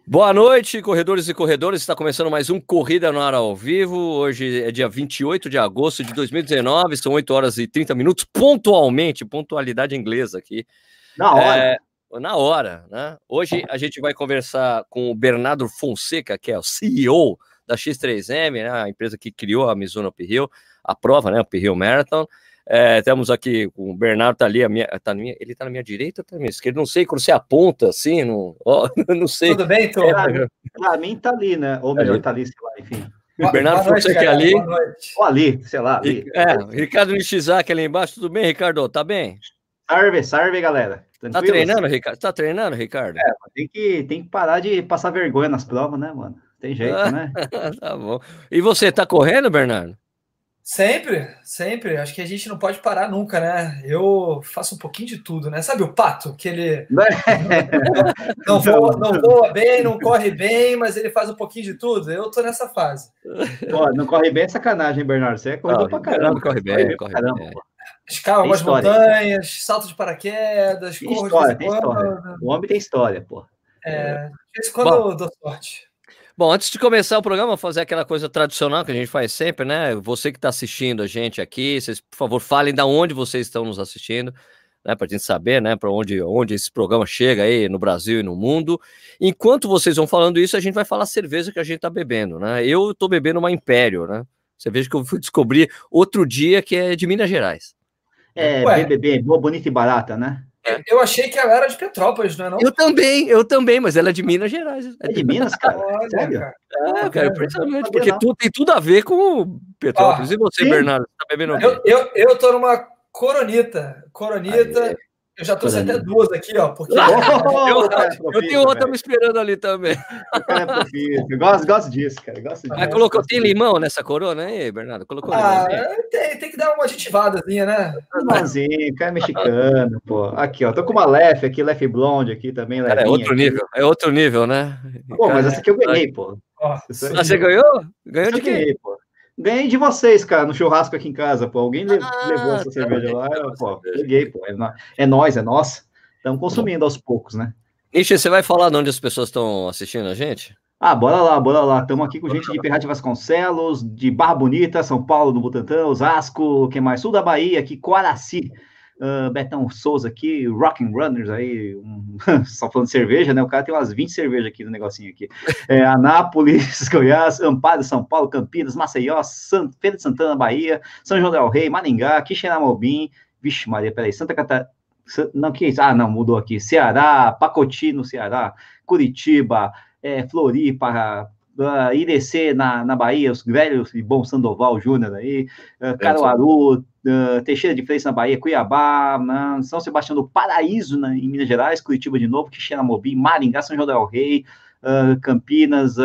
Boa noite, corredores e corredoras. Está começando mais um Corrida no Ar ao vivo. Hoje é dia 28 de agosto de 2019, são 8 horas e 30 minutos, pontualmente, pontualidade inglesa aqui. Na hora. Na hora, né? Hoje a gente vai conversar com o Bernardo Fonseca, que é o CEO da X3M, né? A empresa que criou a Mizuno Uphill, a prova, né? O Uphill Marathon. Temos aqui com o Bernardo, ele tá na minha direita ou tá na minha esquerda? Não sei, quando você aponta assim, não sei. Tudo bem, Tom? Pra mim tá ali, né? Ou melhor, tá ali, sei lá, enfim. Bernardo Fonseca é ali. Ou ali, sei lá, ali. Ricardo Nishizaki ali embaixo, tudo bem, Ricardo? Tá bem? Salve, galera. Tá treinando, Ricardo? Tá treinando, Ricardo? Tem que parar de passar vergonha nas provas, né, mano? Tem jeito, né? Tá bom. E você, tá correndo, Bernardo? Sempre. Acho que a gente não pode parar nunca, né? Eu faço um pouquinho de tudo, né? Sabe o pato? Que ele não voa bem, não corre bem, mas ele faz um pouquinho de tudo. Eu tô nessa fase. Pô, não corre bem é sacanagem, Bernardo. Você é corredor pra caramba. Corre bem. Escala algumas montanhas, salto de paraquedas, tem história. O homem tem história, pô. De vez em quando eu dou sorte. Bom, antes de começar o programa, vou fazer aquela coisa tradicional que a gente faz sempre, né? Você que está assistindo a gente aqui, vocês, por favor, falem de onde vocês estão nos assistindo, né? Para a gente saber, né? Para onde esse programa chega aí no Brasil e no mundo. Enquanto vocês vão falando isso, a gente vai falar a cerveja que a gente está bebendo, né? Eu estou bebendo uma Império, né? Cerveja que eu fui descobrir outro dia que é de Minas Gerais. BBB, boa, bonita e barata, né? Eu achei que ela era de Petrópolis, não é não? Eu também, mas ela é de Minas Gerais. É de Minas, cara? Olha, Sério? Cara, impressionante, porque tem tudo a ver com Petrópolis. E você, sim, Bernardo, tá bebendo o quê? Eu tô numa Coronita. Eu já trouxe até duas aqui, ó. Porque eu tenho outra me esperando ali também. O cara é profício. Gosto disso, cara. Mas tem limão nessa Corona aí, Bernardo? Colocou limão? Tem que dar uma agitivadazinha, né? Limãozinho, cara mexicano, pô. Aqui, ó. Tô com uma Lef Blonde aqui também. Cara, é outro nível, né? Pô, mas essa aqui eu ganhei, pô. Você ganhou? Ganhou de quem? Pô. Ganhei de vocês, cara, no churrasco aqui em casa, pô. Alguém levou essa cerveja lá, pô. Peguei, pô. É nossa. Estamos consumindo aos poucos, né? Ixi, você vai falar de onde as pessoas estão assistindo a gente? Bora lá. Estamos aqui com gente de Ferraz de Vasconcelos, de Barra Bonita, São Paulo, do Butantã, Osasco, quem mais? Sul da Bahia, aqui, Coaraci. Betão Souza aqui, Rockin' Runners aí, só falando de cerveja, né? O cara tem umas 20 cervejas aqui no negocinho aqui. Anápolis, Goiás, Amparo, São Paulo, Campinas, Maceió, Feira de Santana, Bahia, São João del Rei, Maringá, Quixeramobim, vixe Maria, peraí, Santa Catarina, não, que é isso? Não, mudou aqui, Ceará, Pacoti no Ceará, Curitiba, Floripa, Irecê na Bahia, os velhos e bom Sandoval Júnior aí, Caruaru, Teixeira de Freitas na Bahia, Cuiabá, São Sebastião do Paraíso em Minas Gerais, Curitiba de novo, Quixeramobim, Maringá, São João del Rei, Campinas,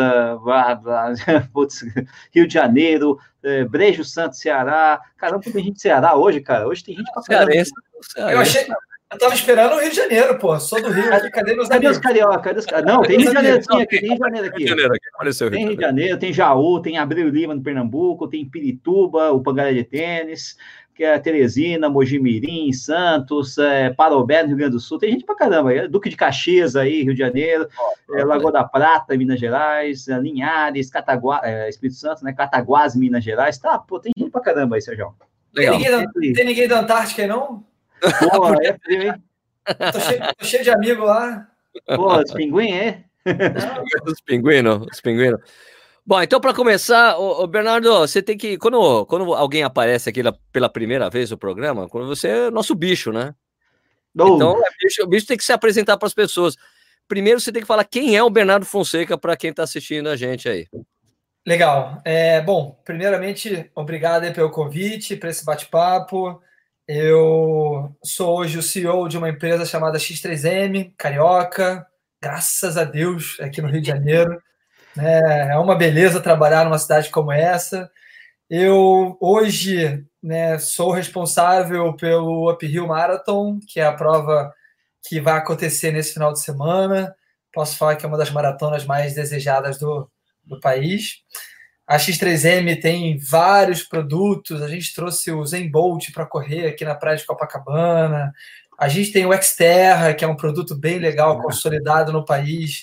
Rio de Janeiro, Brejo Santo, Ceará. Caramba, tem gente de Ceará hoje, cara. Hoje tem gente pra caramba. Eu tava esperando o Rio de Janeiro, pô. Sou do Rio aqui. Cadê meus amigos? Cadê os carioca? Não, tem Rio de Janeiro aqui. Tem Rio de Janeiro aqui. Tem Rio de Janeiro, tem Jaú, tem Abreu Lima no Pernambuco, tem Pirituba, o Pangaré de Tênis, que é Teresina, Mojimirim, Santos, Parobé, no Rio Grande do Sul. Tem gente pra caramba. Duque de Caxias aí, Rio de Janeiro, Lagoa da Prata, Minas Gerais, Linhares, Espírito Santo, né? Cataguás, Minas Gerais. Tá, pô, tem gente pra caramba aí, Sérgio. Tem ninguém da Antártica aí, não? Pô, frio, hein? Tô cheio de amigo lá. Pô, os pinguins, Os pinguinos. Bom, então para começar, Bernardo, você tem que, quando alguém aparece aqui pela primeira vez no programa, quando você é nosso bicho, né? Então, o bicho tem que se apresentar para as pessoas. Primeiro você tem que falar quem é o Bernardo Fonseca para quem está assistindo a gente aí. Legal. Bom, primeiramente, obrigado aí pelo convite, para esse bate-papo. Eu sou hoje o CEO de uma empresa chamada X3M, carioca, graças a Deus, aqui no Rio de Janeiro. É uma beleza trabalhar numa cidade como essa. Eu hoje sou responsável pelo Uphill Marathon, que é a prova que vai acontecer nesse final de semana. Posso falar que é uma das maratonas mais desejadas do país. A X3M tem vários produtos. A gente trouxe o Zen Bolt para correr aqui na praia de Copacabana. A gente tem o Xterra, que é um produto bem legal, consolidado no país,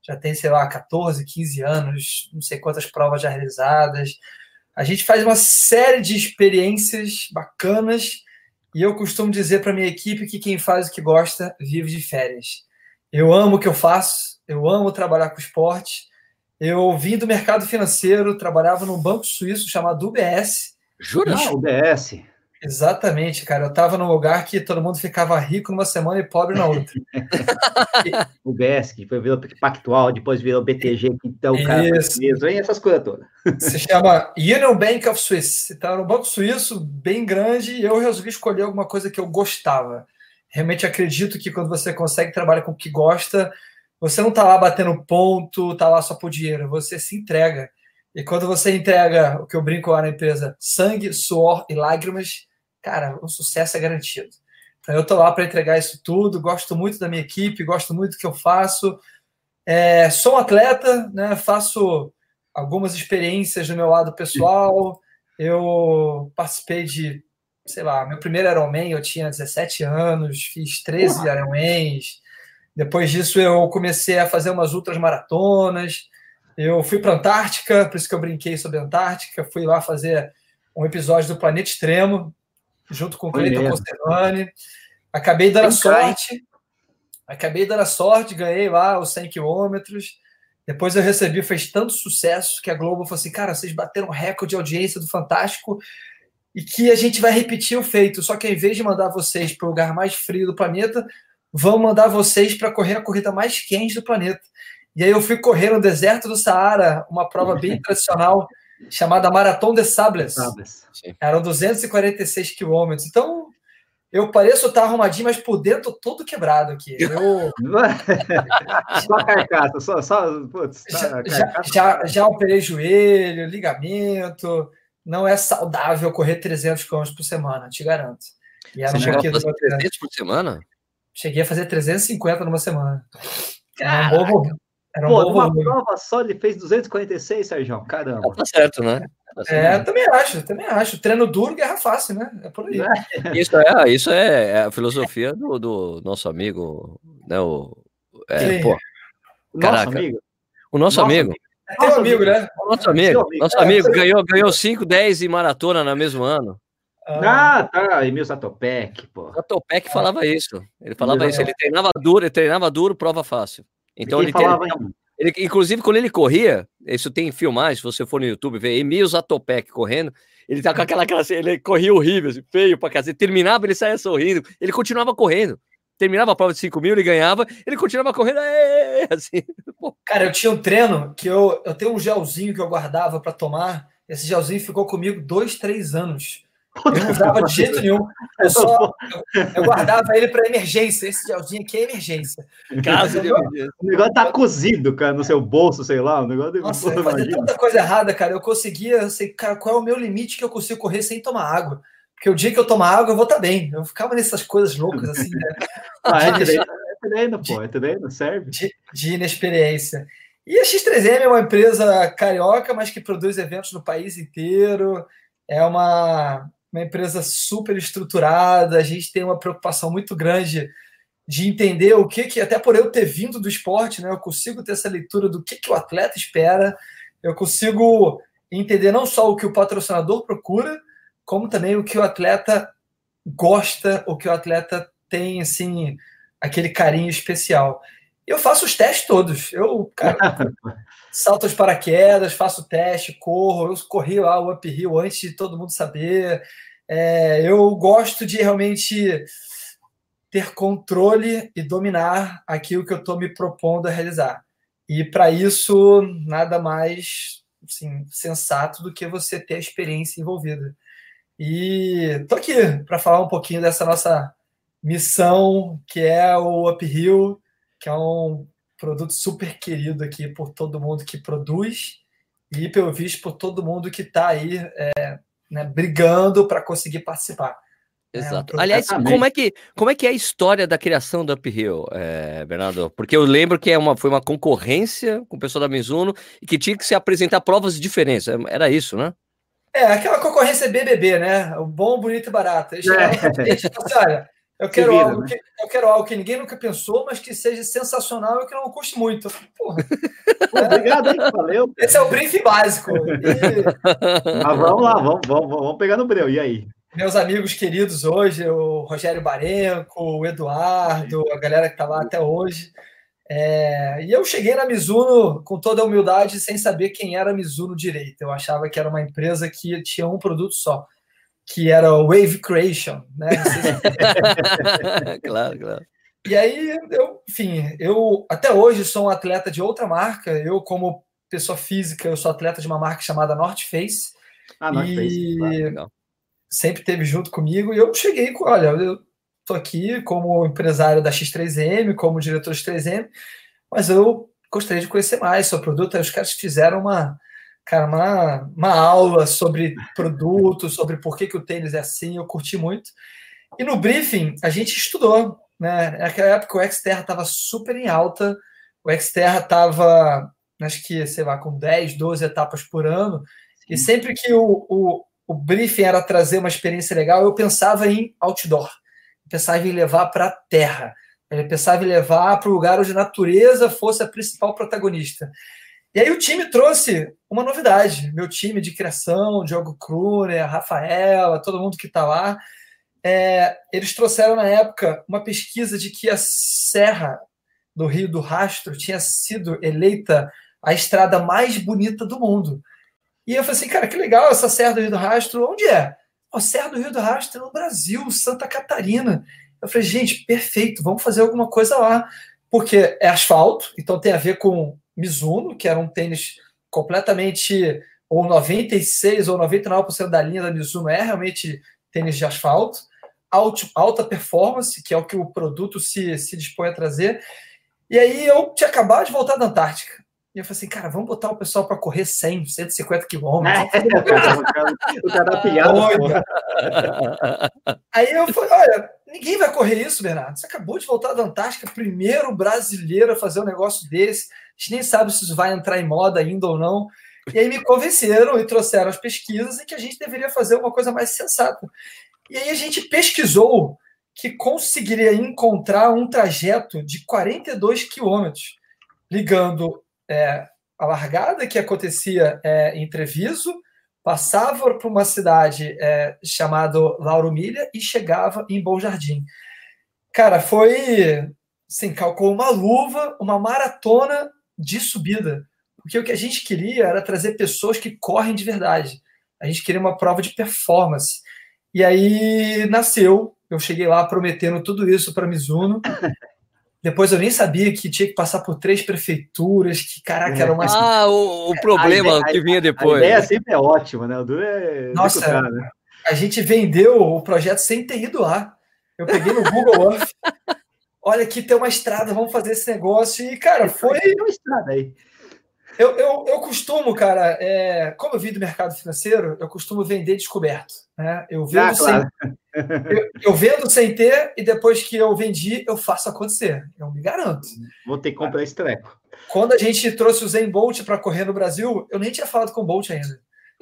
já tem, sei lá, 14, 15 anos, não sei quantas provas já realizadas. A gente faz uma série de experiências bacanas e eu costumo dizer para minha equipe que quem faz o que gosta vive de férias. Eu amo o que eu faço, eu amo trabalhar com esporte. Eu vim do mercado financeiro, trabalhava num banco suíço chamado UBS. Jura? UBS. Exatamente, cara. Eu estava num lugar que todo mundo ficava rico numa semana e pobre na outra. UBS, que foi virou Pactual, depois virou BTG, que então o cara mesmo, hein? Essas coisas todas. Se chama Union Bank of Swiss. Então, era um banco suíço bem grande e eu resolvi escolher alguma coisa que eu gostava. Realmente acredito que quando você consegue trabalhar com o que gosta, você não está lá batendo ponto, está lá só por dinheiro, você se entrega. E quando você entrega, o que eu brinco lá na empresa, sangue, suor e lágrimas, cara, o sucesso é garantido. Então eu estou lá para entregar isso tudo, gosto muito da minha equipe, gosto muito do que eu faço. Sou um atleta, né? Faço algumas experiências do meu lado pessoal. Eu participei de, sei lá, meu primeiro Ironman eu tinha 17 anos, fiz 13 Ironmans. Depois disso eu comecei a fazer umas ultramaratonas. Eu fui para a Antártica, por isso que eu brinquei sobre a Antártica. Fui lá fazer um episódio do Planeta Extremo, junto com o Cleiton Conservani. Acabei dando sorte, ganhei lá os 100 quilômetros. Depois eu recebi, fez tanto sucesso que a Globo falou assim, cara, vocês bateram recorde de audiência do Fantástico e que a gente vai repetir o feito. Só que ao invés de mandar vocês para o lugar mais frio do planeta, vão mandar vocês para correr a corrida mais quente do planeta. E aí eu fui correr no deserto do Saara, uma prova bem tradicional, chamada Maratón de Sables. Eram 246 quilômetros. Então, eu pareço estar arrumadinho, mas por dentro todo quebrado aqui. Só a carcaça, putz, já operei joelho, ligamento. Não é saudável correr 300 km por semana, te garanto. E você chegou a fazer 300 por semana? Cheguei a fazer 350 numa semana. Era um bom volume. Prova só ele fez 246, Sérgio. Caramba. Tá certo, né? Também acho. Treino duro, guerra fácil, né? É por aí. Isso é a filosofia do nosso amigo, né? O nosso amigo. É teu amigo, né? Nosso amigo ganhou 5, 10 e maratona no mesmo ano. Tá. Emil Zatopek, pô. Zatopek falava isso. Ele falava isso. Ele treinava duro, prova fácil. Então ele, inclusive, quando ele corria, isso tem filmagem, se você for no YouTube ver Emil Zatopek correndo, ele tá com aquela ele corria horrível, assim, feio pra casa. Ele terminava, ele saía sorrindo, ele continuava correndo. Terminava a prova de 5 mil, ele ganhava, ele continuava correndo, assim. Pô. Cara, eu tinha um treino que eu tenho um gelzinho que eu guardava para tomar. Esse gelzinho ficou comigo 2, 3 anos. Eu não usava de jeito nenhum. Eu guardava ele para emergência. Esse gelzinho aqui é emergência. Caso de emergência. O negócio tá cozido, cara, no seu bolso, sei lá. Nossa, eu fazia tanta coisa errada, cara. Eu sei, cara, qual é o meu limite que eu consigo correr sem tomar água? Porque o dia que eu tomar água, eu vou estar bem. Eu ficava nessas coisas loucas, assim, né? É treino, serve. De inexperiência. E a X3M é uma empresa carioca, mas que produz eventos no país inteiro. É uma empresa super estruturada. A gente tem uma preocupação muito grande de entender o que até por eu ter vindo do esporte, né? Eu consigo ter essa leitura do que o atleta espera. Eu consigo entender não só o que o patrocinador procura, como também o que o atleta gosta, o que o atleta tem, assim, aquele carinho especial. Eu faço os testes todos. Eu, cara, salto os paraquedas, faço o teste, corro. Eu corri lá o uphill antes de todo mundo saber. Eu gosto de realmente ter controle e dominar aquilo que eu estou me propondo a realizar. E, para isso, nada mais assim, sensato do que você ter a experiência envolvida. E tô aqui para falar um pouquinho dessa nossa missão, que é o Uphill, que é um produto super querido aqui por todo mundo que produz e, pelo visto, por todo mundo que está aí né, brigando para conseguir participar. Exato. Aliás, como é que é a história da criação do Uphill, Bernardo? Porque eu lembro que foi uma concorrência com o pessoal da Mizuno e que tinha que se apresentar provas diferentes. Era isso, né? Aquela concorrência BBB, né? O bom, bonito e barato. Eles chegaram pra gente e falaram assim, olha, Eu quero algo que ninguém nunca pensou, mas que seja sensacional e que não custe muito. Porra. Obrigado, hein? Valeu. Esse é o briefing básico. Mas vamos lá, vamos pegar no breu. E aí? Meus amigos queridos hoje, o Rogério Barenco, o Eduardo, a galera que está lá até hoje. E eu cheguei na Mizuno com toda a humildade, sem saber quem era a Mizuno direito. Eu achava que era uma empresa que tinha um produto só, que era o Wave Creation, né? Não sei se... Claro. E aí, eu até hoje sou um atleta de outra marca. Eu, como pessoa física, eu sou atleta de uma marca chamada North Face. North Face, claro. Sempre esteve junto comigo. E eu cheguei com, olha, eu estou aqui como empresário da X3M, como diretor de X3M, mas eu gostaria de conhecer mais seu produto. Aí os caras fizeram uma aula sobre produto, sobre por que o tênis é assim. Eu curti muito. E no briefing, a gente estudou, né? Naquela época, o Xterra estava super em alta. O Xterra estava, acho que, sei lá, com 10, 12 etapas por ano. Sim. E sempre que o briefing era trazer uma experiência legal, eu pensava em outdoor. Eu pensava em levar para a terra. Eu pensava em levar para o lugar onde a natureza fosse a principal protagonista. E aí o time trouxe uma novidade. Meu time de criação, Diogo Kruner, a Rafaela, todo mundo que está lá, eles trouxeram na época uma pesquisa de que a Serra do Rio do Rastro tinha sido eleita a estrada mais bonita do mundo. E eu falei assim, cara, que legal essa Serra do Rio do Rastro. Onde é? A Serra do Rio do Rastro é no Brasil, Santa Catarina. Eu falei, gente, perfeito, vamos fazer alguma coisa lá. Porque é asfalto, então tem a ver com Mizuno, que era um tênis completamente, ou 96% ou 99% da linha da Mizuno é realmente tênis de asfalto. Alta performance, que é o que o produto se dispõe a trazer. E aí eu tinha acabado de voltar da Antártica. E eu falei assim, cara, vamos botar o pessoal para correr 100, 150 quilômetros. O cara tá pilhado. Aí eu falei, olha, ninguém vai correr isso, Bernardo. Você acabou de voltar da Antártica, primeiro brasileiro a fazer um negócio desse. A gente nem sabe se isso vai entrar em moda ainda ou não. E aí me convenceram e trouxeram as pesquisas e que a gente deveria fazer uma coisa mais sensata. E aí a gente pesquisou que conseguiria encontrar um trajeto de 42 quilômetros, ligando a largada que acontecia em Treviso, passava para uma cidade chamada Lauro Milha e chegava em Bom Jardim. Cara, foi, assim, calculou uma luva, uma maratona de subida. Porque o que a gente queria era trazer pessoas que correm de verdade. A gente queria uma prova de performance. E aí nasceu, eu cheguei lá prometendo tudo isso para a Mizuno. Depois eu nem sabia que tinha que passar por 3 prefeituras, que, caraca, era uma... o problema que vinha depois. A ideia sempre é ótima, né? O duro é... Nossa, né? A gente vendeu o projeto sem ter ido lá. Eu peguei no Google Earth, olha, aqui tem uma estrada, vamos fazer esse negócio. E, cara, foi... Tem uma estrada aí. Eu costumo, cara, como eu vim do mercado financeiro, eu costumo vender descoberto. Né? Eu vendo sem ter e depois que eu vendi, eu faço acontecer. Eu me garanto. Vou ter que comprar esse treco. Quando a gente trouxe o Zen Bolt para correr no Brasil, eu nem tinha falado com o Bolt ainda.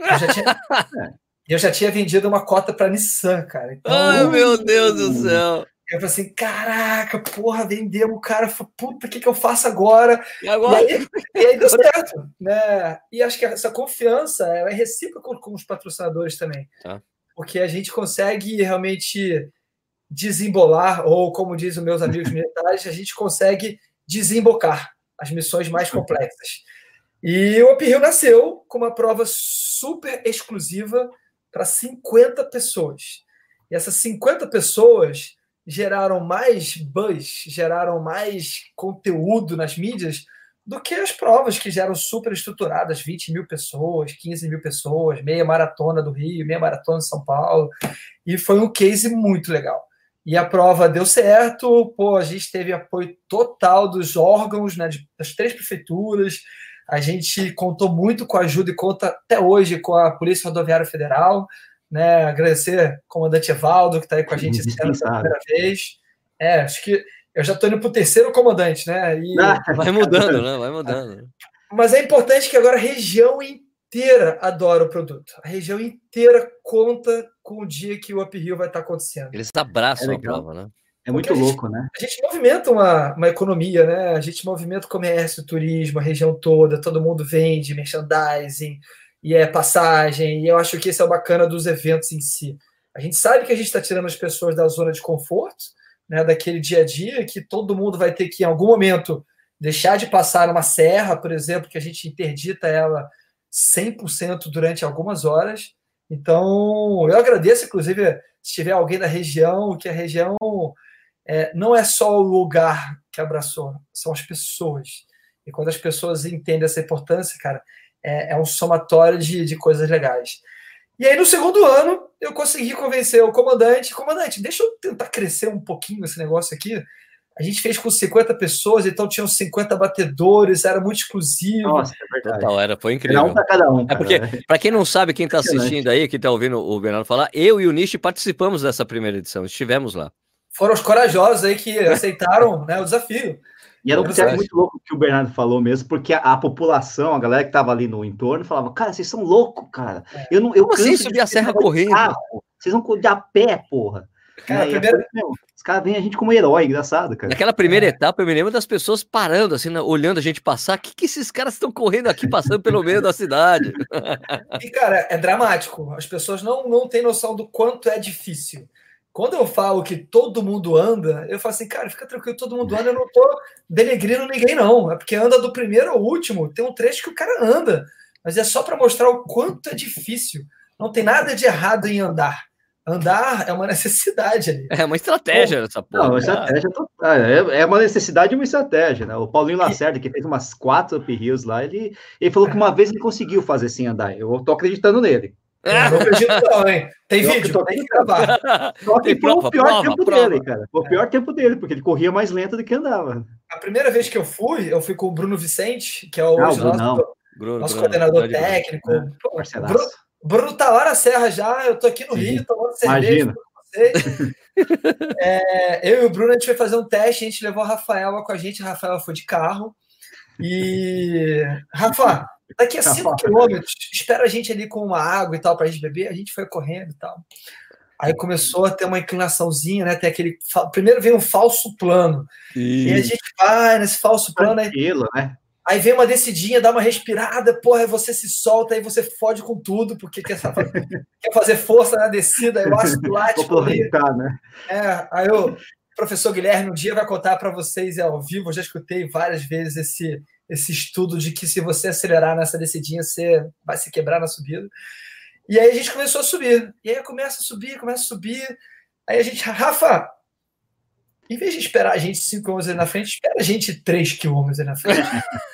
Eu já tinha vendido uma cota para a Nissan, cara. Então, ai, meu Deus do céu. Eu falei assim, caraca, porra, vendemos o cara. Puta, o que eu faço agora? E agora? E aí deu certo. Né? E acho que essa confiança é recíproca com os patrocinadores também. Tá. Porque a gente consegue realmente desembolar, ou como dizem os meus amigos militares, a gente consegue desembocar as missões mais complexas. E o Uphill nasceu com uma prova super exclusiva para 50 pessoas. E essas 50 pessoas geraram mais buzz, geraram mais conteúdo nas mídias do que as provas que já eram super estruturadas, 20 mil pessoas, 15 mil pessoas, meia maratona do Rio, meia maratona de São Paulo, e foi um case muito legal. E a prova deu certo, a gente teve apoio total dos órgãos, né, das 3 prefeituras, a gente contou muito com a ajuda e conta até hoje com a Polícia Rodoviária Federal, né, agradecer ao comandante Evaldo, que está aí com a gente esse ano pela primeira vez. Acho que eu já estou indo para o 3º comandante, né? E... vai mudando, né? Vai mudando. Mas é importante que agora a região inteira adora o produto. A região inteira conta com o dia que o Uphill vai estar acontecendo. Eles abraçam a prova, né? É muito louco, né? A gente movimenta uma economia, né? A gente movimenta o comércio, turismo, a região toda, todo mundo vende merchandising, e é passagem, e eu acho que esse é o bacana dos eventos em si. A gente sabe que a gente está tirando as pessoas da zona de conforto, né, daquele dia a dia, que todo mundo vai ter que, em algum momento, deixar de passar uma serra, por exemplo, que a gente interdita ela 100% durante algumas horas. Então, eu agradeço, inclusive, se tiver alguém da região, que a região não é só o lugar que abraçou, são as pessoas. E quando as pessoas entendem essa importância, cara, é um somatório de coisas legais. E aí, no segundo ano, eu consegui convencer o comandante. Comandante, deixa eu tentar crescer um pouquinho esse negócio aqui. A gente fez com 50 pessoas, então tinham 50 batedores, era muito exclusivo. Nossa, é verdade. Total, foi incrível. Era um para cada um, cara. É porque, para quem não sabe, quem está assistindo aí, que está ouvindo o Bernardo falar, eu e o Nishi participamos dessa primeira edição, estivemos lá. Foram os corajosos aí que aceitaram, né, o desafio. E era um processo muito louco que o Bernardo falou mesmo, porque a população, a galera que estava ali no entorno, falava, cara, vocês são loucos, cara. Eu canso subir a serra correndo. Vocês vão de a pé, porra. Cara, os caras veem a gente como herói, engraçado, cara. Naquela primeira etapa, eu me lembro das pessoas parando, assim, olhando a gente passar. O que esses caras estão correndo aqui, passando pelo meio da cidade? E, cara, é dramático. As pessoas não têm noção do quanto é difícil. Quando eu falo que todo mundo anda, eu falo assim, cara, fica tranquilo, todo mundo anda, eu não tô denegrindo ninguém, não. É porque anda do primeiro ao último, tem um trecho que o cara anda. Mas é só para mostrar o quanto é difícil. Não tem nada de errado em andar. Andar é uma necessidade ali. É uma estratégia essa porra. Não, uma estratégia total. É uma necessidade e uma estratégia, né? O Paulinho Lacerda, que fez umas 4 up hills lá, ele falou que uma vez ele conseguiu fazer sem andar. Eu tô acreditando nele. Eu não acredito não, hein? Tem vídeo, tem que gravar. Só que foi o pior tempo dele, cara. Foi o pior tempo dele, porque ele corria mais lento do que andava. A primeira vez que eu fui com o Bruno Vicente, que é o nosso coordenador técnico. Bruno tá lá na Serra já, eu tô aqui no Rio, tomando cerveja com vocês. Eu e o Bruno, a gente foi fazer um teste, a gente levou a Rafaela com a gente, a Rafaela foi de carro. E, Rafa, daqui a 5 quilômetros, espera a gente ali com uma água e tal pra gente beber, a gente foi correndo e tal. Aí começou a ter uma inclinaçãozinha, né? Tem aquele. Primeiro vem um falso plano. E a gente vai nesse falso plano. Né? Aí vem uma descidinha, dá uma respirada, porra, aí você se solta, aí você fode com tudo, porque quer fazer força na descida, aí o ácido lático. Né? Aí o professor Guilherme um dia vai contar para vocês ao vivo, eu já escutei várias vezes esse estudo de que se você acelerar nessa descidinha, você vai se quebrar na subida. E aí a gente começou a subir. E aí começa a subir. Aí a gente, Rafa, em vez de esperar a gente 5 km ali na frente, espera a gente 3 km ali na frente.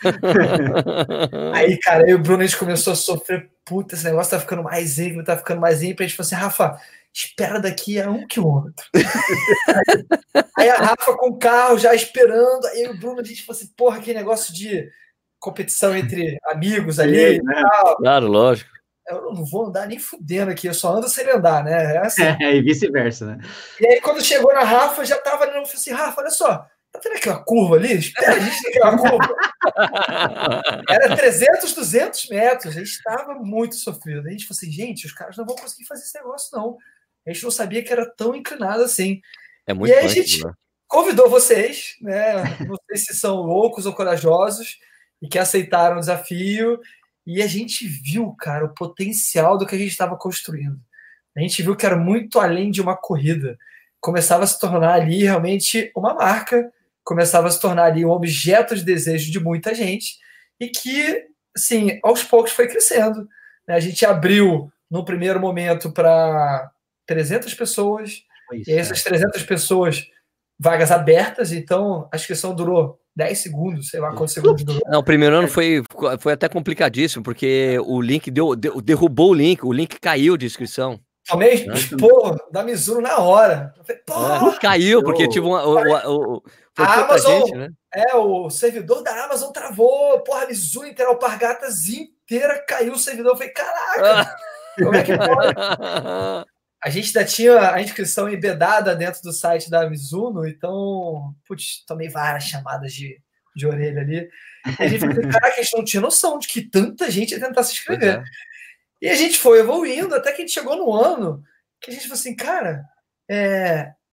Aí, cara, eu e o Bruno, a gente começou a sofrer. Puta, esse negócio tá ficando mais íngreme, tá ficando mais íngreme. A gente falou assim, Rafa, espera daqui a 1 quilômetro. Aí a Rafa com o carro já esperando. Aí eu e o Bruno, a gente falou assim, porra, que negócio de competição entre amigos ali. Né? Tal. Claro, lógico. Eu não vou andar nem fudendo aqui, eu só ando sem andar, né? Assim. E vice-versa, né? E aí, quando chegou na Rafa, já tava ali, eu falei assim, Rafa, olha só, tá vendo aquela curva ali? Espera a gente naquela curva. Era 300, 200 metros, a gente tava muito sofrido. A gente falou assim, gente, os caras não vão conseguir fazer esse negócio, não. A gente não sabia que era tão inclinado assim. É muito e aí a gente convidou vocês, né? Não sei se são loucos ou corajosos, e que aceitaram o desafio. E a gente viu, cara, o potencial do que a gente estava construindo. A gente viu que era muito além de uma corrida. Começava a se tornar ali realmente uma marca, começava a se tornar ali um objeto de desejo de muita gente e que, assim, aos poucos foi crescendo. A gente abriu, no primeiro momento, para 300 pessoas. E essas 300 pessoas, vagas abertas, então a inscrição durou 10 segundos, sei lá quantos segundos durou. Não, o primeiro ano foi até complicadíssimo, porque o link derrubou o link caiu de inscrição. Tomei porra da Mizuno na hora. Falei, caiu, porque tive a Amazon, gente, né? O servidor da Amazon travou, porra, a Mizuno inteira, Alpargatas inteira caiu o servidor. Eu falei, caraca, como é que pode? A gente ainda tinha a inscrição embedada dentro do site da Mizuno, então, putz, tomei várias chamadas de orelha ali. E a gente falou, caraca, a gente não tinha noção de que tanta gente ia tentar se inscrever. E a gente foi evoluindo até que a gente chegou no ano que a gente falou assim, cara,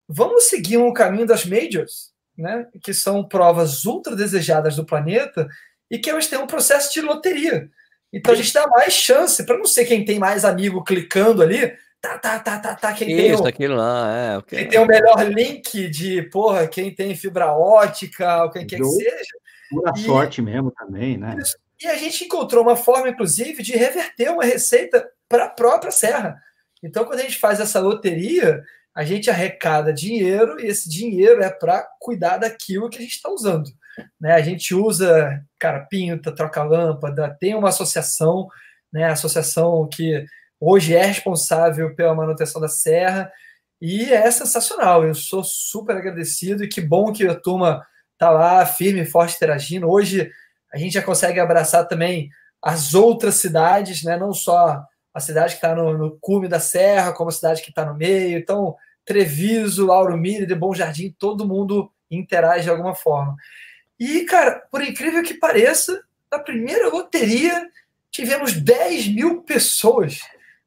vamos seguir um caminho das majors, né? Que são provas ultra desejadas do planeta e que elas têm um processo de loteria. Então a gente dá mais chance, para não ser quem tem mais amigo clicando ali, quem Isso, tem aquilo lá, quem tem o melhor link de, porra, quem tem fibra ótica, ou quem quer que seja. Pura sorte mesmo também, né? E a gente encontrou uma forma, inclusive, de reverter uma receita para a própria serra. Então, quando a gente faz essa loteria, a gente arrecada dinheiro, e esse dinheiro é para cuidar daquilo que a gente está usando. Né? A gente usa, cara, pinta, troca lâmpada, tem uma associação, né? A associação que hoje é responsável pela manutenção da serra, e é sensacional. Eu sou super agradecido, e que bom que a turma está lá, firme e forte, interagindo. Hoje a gente já consegue abraçar também as outras cidades, né? Não só a cidade que está no cume da serra, como a cidade que está no meio. Então, Treviso, Lauro Miller, de Bom Jardim, todo mundo interage de alguma forma. E, cara, por incrível que pareça, na primeira loteria tivemos 10 mil pessoas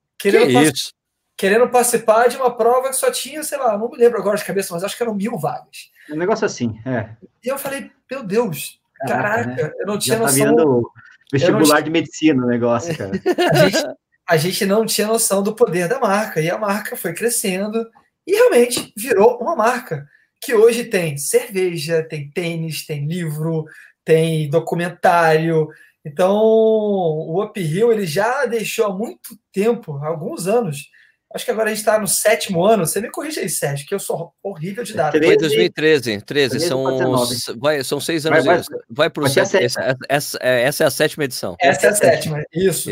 querendo participar de uma prova que só tinha, sei lá, não me lembro agora de cabeça, mas acho que eram 1000 vagas. Um negócio assim, E eu falei, meu Deus, caraca, né? Eu não tinha noção. Já tá virando vestibular de medicina o negócio, cara. A gente não tinha noção do poder da marca, e a marca foi crescendo e realmente virou uma marca que hoje tem cerveja, tem tênis, tem livro, tem documentário. Então, o Uphill ele já deixou há muito tempo, há alguns anos. Acho que agora a gente está no 7º ano. Você me corrige aí, Sérgio, que eu sou horrível de data. Foi 2013. São 6 anos. Vai para o 7. Essa é a 7ª edição. Essa é a 7ª, isso.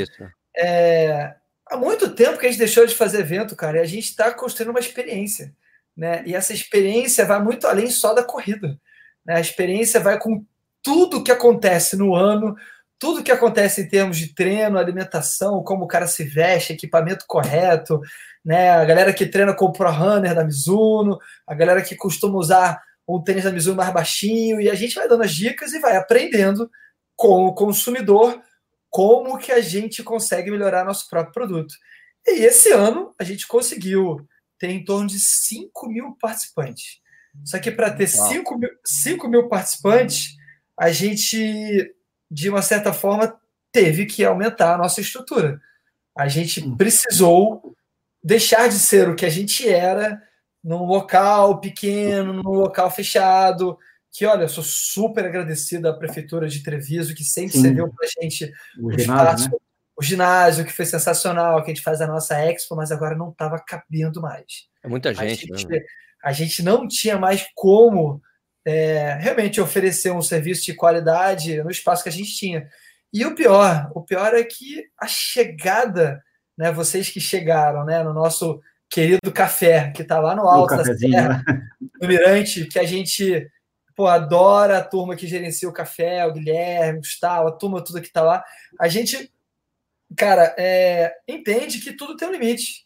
Há muito tempo que a gente deixou de fazer evento, cara, e a gente está construindo uma experiência. Né? E essa experiência vai muito além só da corrida. Né? A experiência vai com tudo que acontece no ano, tudo que acontece em termos de treino, alimentação, como o cara se veste, equipamento correto, né? A galera que treina com o Pro Runner da Mizuno, a galera que costuma usar um tênis da Mizuno mais baixinho, e a gente vai dando as dicas e vai aprendendo com o consumidor como que a gente consegue melhorar nosso próprio produto. E esse ano a gente conseguiu ter em torno de 5 mil participantes. Só que para ter 5 mil participantes, a gente, de uma certa forma, teve que aumentar a nossa estrutura. A gente precisou deixar de ser o que a gente era num local pequeno, num local fechado, que, olha, eu sou super agradecido à Prefeitura de Treviso, que sempre cedeu para a gente o espaço, né? O ginásio, que foi sensacional, que a gente faz a nossa expo, mas agora não estava cabendo mais. É muita gente. A gente não tinha mais como realmente oferecer um serviço de qualidade no espaço que a gente tinha. E o pior é que a chegada, né, vocês que chegaram, né, no nosso querido café, que está lá no alto da serra, no Mirante, que a gente adora a turma que gerencia o café, o Guilherme, o Gustavo, a turma toda que está lá. A gente, cara, entende que tudo tem um limite.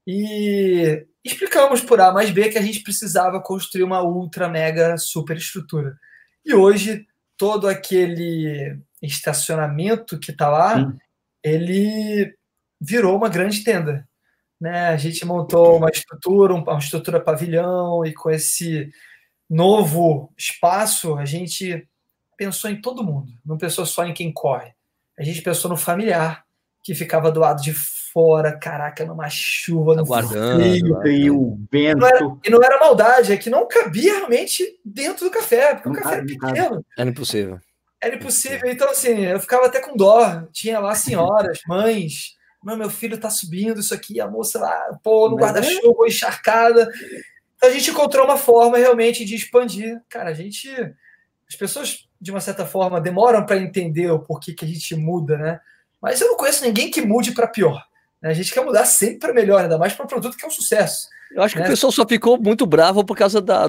E explicamos por A mais B que a gente precisava construir uma ultra, mega, super estrutura. E hoje, todo aquele estacionamento que está lá, ele virou uma grande tenda. Né? A gente montou uma estrutura pavilhão, e com esse novo espaço, a gente pensou em todo mundo, não pensou só em quem corre. A gente pensou no familiar, que ficava do lado de fora, caraca, numa chuva, no frio, vento. E não era maldade, é que não cabia realmente dentro do café, porque o café era pequeno. Era impossível. Era impossível. Então, assim, eu ficava até com dó. Tinha lá senhoras, mães, meu filho tá subindo isso aqui, a moça lá, no guarda-chuva, encharcada. Então, a gente encontrou uma forma realmente de expandir. Cara, as pessoas, de uma certa forma, demoram para entender o porquê que a gente muda, né? Mas eu não conheço ninguém que mude para pior. A gente quer mudar sempre para melhor, ainda mais para um produto que é um sucesso. Eu acho que o pessoal só ficou muito bravo por causa da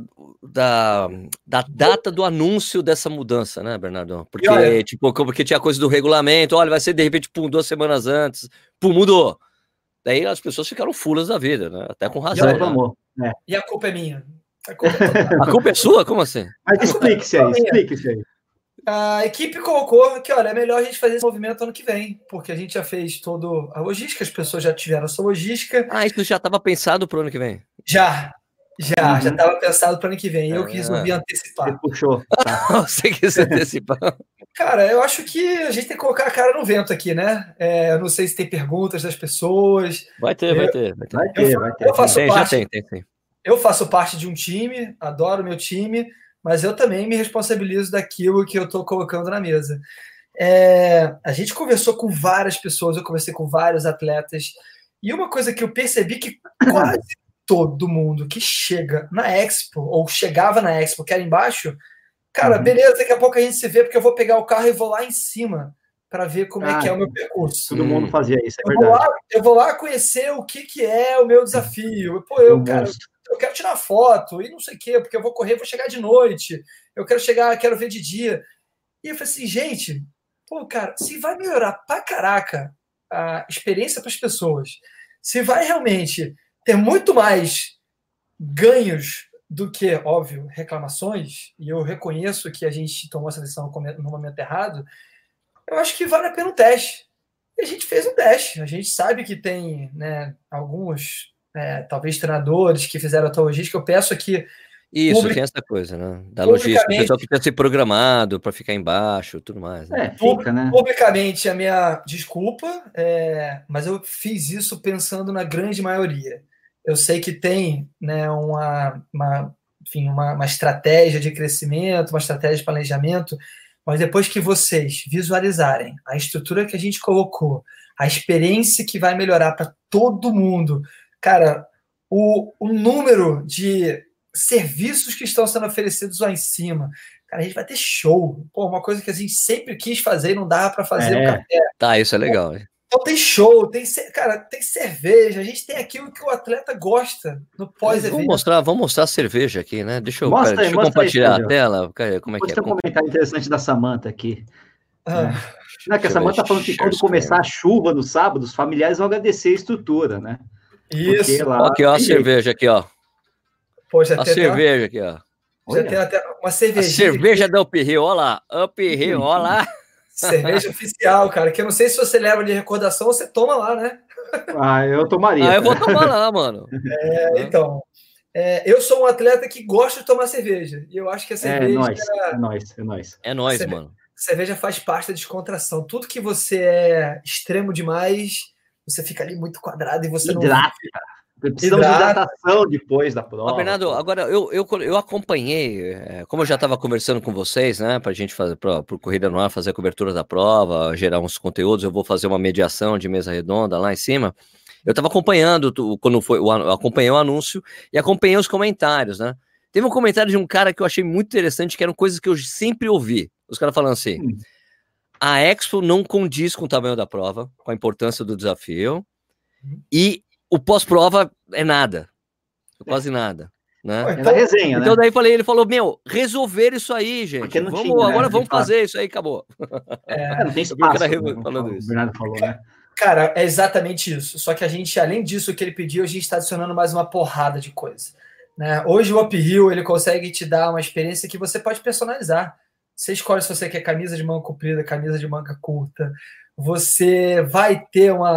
data do anúncio dessa mudança, né, Bernardo? Porque, porque tinha coisa do regulamento, olha, vai ser de repente 2 semanas antes, mudou. Daí as pessoas ficaram fulas da vida, né? Até com razão. Né? E a culpa é minha. A culpa é sua? Como assim? Mas explique-se aí. A equipe colocou que, olha, é melhor a gente fazer esse movimento ano que vem, porque a gente já fez toda a logística, as pessoas já tiveram a sua logística. Isso já estava pensado para o ano que vem? Já. Já estava pensado para ano que vem. Eu que resolvi antecipar. Você puxou. Tá. Você quis antecipar. Cara, eu acho que a gente tem que colocar a cara no vento aqui, né? Eu não sei se tem perguntas das pessoas. Vai ter. Vai ter. Eu faço parte, já tem. Eu faço parte de um time, adoro meu time, mas eu também me responsabilizo daquilo que eu estou colocando na mesa. A gente conversou com várias pessoas, eu conversei com vários atletas, e uma coisa que eu percebi que quase todo mundo que chega na Expo, ou chegava na Expo, que era embaixo, cara, beleza, daqui a pouco a gente se vê, porque eu vou pegar o carro e vou lá em cima para ver como é que é o meu percurso. Todo mundo fazia isso, é verdade. Eu vou lá conhecer o que é o meu desafio. Pô, eu quero tirar foto e não sei o quê, porque eu vou correr, vou chegar de noite, eu quero ver de dia. E eu falei assim, gente, pô, cara, se vai melhorar pra caraca a experiência para as pessoas, se vai realmente ter muito mais ganhos do que, óbvio, reclamações, e eu reconheço que a gente tomou essa decisão no momento errado, eu acho que vale a pena um teste. E a gente fez um teste. A gente sabe que tem, né, alguns, talvez, treinadores que fizeram a tua logística. Eu peço aqui... Isso, tem essa coisa, né? Da logística. O pessoal que tinha se programado para ficar embaixo, tudo mais. Né? Fica, né? Publicamente, a minha desculpa, mas eu fiz isso pensando na grande maioria. Eu sei que tem, né, uma estratégia de crescimento, uma estratégia de planejamento, mas depois que vocês visualizarem a estrutura que a gente colocou, a experiência que vai melhorar para todo mundo, cara, o número de serviços que estão sendo oferecidos lá em cima, cara, a gente vai ter show. Pô, uma coisa que a gente sempre quis fazer e não dava para fazer no café. Tá, isso é legal. Então tem show, tem cerveja, a gente tem aquilo que o atleta gosta no pós-evento. Vamos mostrar a cerveja aqui, né? Deixa eu compartilhar a tela. Como é que é? Tem um comentário interessante da Samantha aqui. Não, que a Samantha tá falando que quando começar a chuva no sábado, os familiares vão agradecer a estrutura, né? Isso. Aqui, ó, a cerveja aqui, ó. Pô, já a cerveja aqui, ó. Já tem até uma cervejinha. A cerveja da Up Hill, ó lá. Up Hill, ó lá. Cerveja oficial, cara, que eu não sei se você leva de recordação ou você toma lá, né? Eu tomaria. Eu vou tomar lá, mano. Então, eu sou um atleta que gosta de tomar cerveja, e eu acho que a cerveja... É nóis, mano. Cerveja faz parte da descontração. Tudo que você é extremo demais, você fica ali muito quadrado e você Hidrata, cara. Precisamos de hidratação depois da prova. Bernardo, agora eu acompanhei, como eu já estava conversando com vocês, né, para a gente fazer para o Corrida no Ar, fazer a cobertura da prova, gerar uns conteúdos, eu vou fazer uma mediação de mesa redonda lá em cima. Eu estava acompanhando quando acompanhei o anúncio e acompanhei os comentários, né? Teve um comentário de um cara que eu achei muito interessante, que eram coisas que eu sempre ouvi. Os caras falando assim: a Expo não condiz com o tamanho da prova, com a importância do desafio, e o pós-prova é nada. Quase nada. Né? É na resenha, então, né? daí ele falou, resolver isso aí, gente. Agora vamos fazer isso aí, acabou. Não tem espaço, falando isso. O Bernardo falou, né? Cara, é exatamente isso. Só que a gente, além disso que ele pediu, a gente está adicionando mais uma porrada de coisa. Né? Hoje o Up Hill, ele consegue te dar uma experiência que você pode personalizar. Você escolhe se você quer camisa de manga comprida, camisa de manga curta. Você vai ter um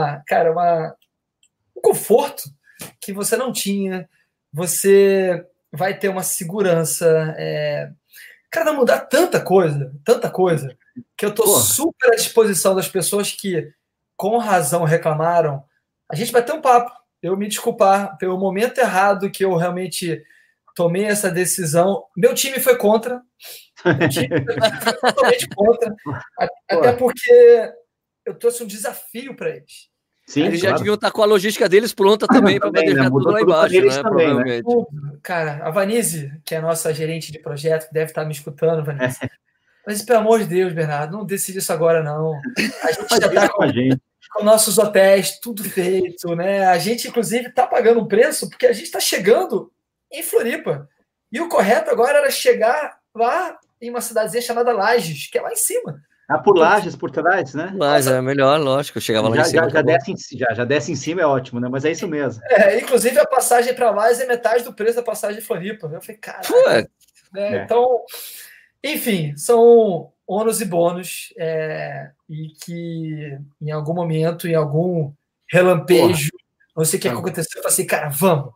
conforto que você não tinha. Você vai ter uma segurança. Cara, vai mudar tanta coisa, que eu estou super à disposição das pessoas que, com razão, reclamaram. A gente vai ter um papo. Eu me desculpar pelo momento errado que eu realmente tomei essa decisão. Meu time foi contra. Meu time foi totalmente contra. Até porque eu trouxe um desafio para eles. Sim, eles já deviam estar com a logística deles pronta também para deixar tudo lá embaixo, né? Provavelmente. Cara, a Vanise, que é a nossa gerente de projeto, que deve estar me escutando, Vanise. Mas, pelo amor de Deus, Bernardo, não decide isso agora, não. A gente já está com nossos hotéis, tudo feito, né? A gente, inclusive, está pagando um preço porque a gente está chegando em Floripa. E o correto agora era chegar lá em uma cidadezinha chamada Lages, que é lá em cima. Por Lages, por trás, né? Mas é melhor, lógico. Eu chegava lá em cima. Já desce em cima, é ótimo, né? Mas é isso mesmo. Inclusive, a passagem para Lages é metade do preço da passagem de Floripa. Eu falei, caralho. Então, enfim, são ônus e bônus. E que em algum momento, em algum relampejo, não sei o que aconteceu, eu falei assim, cara, vamos.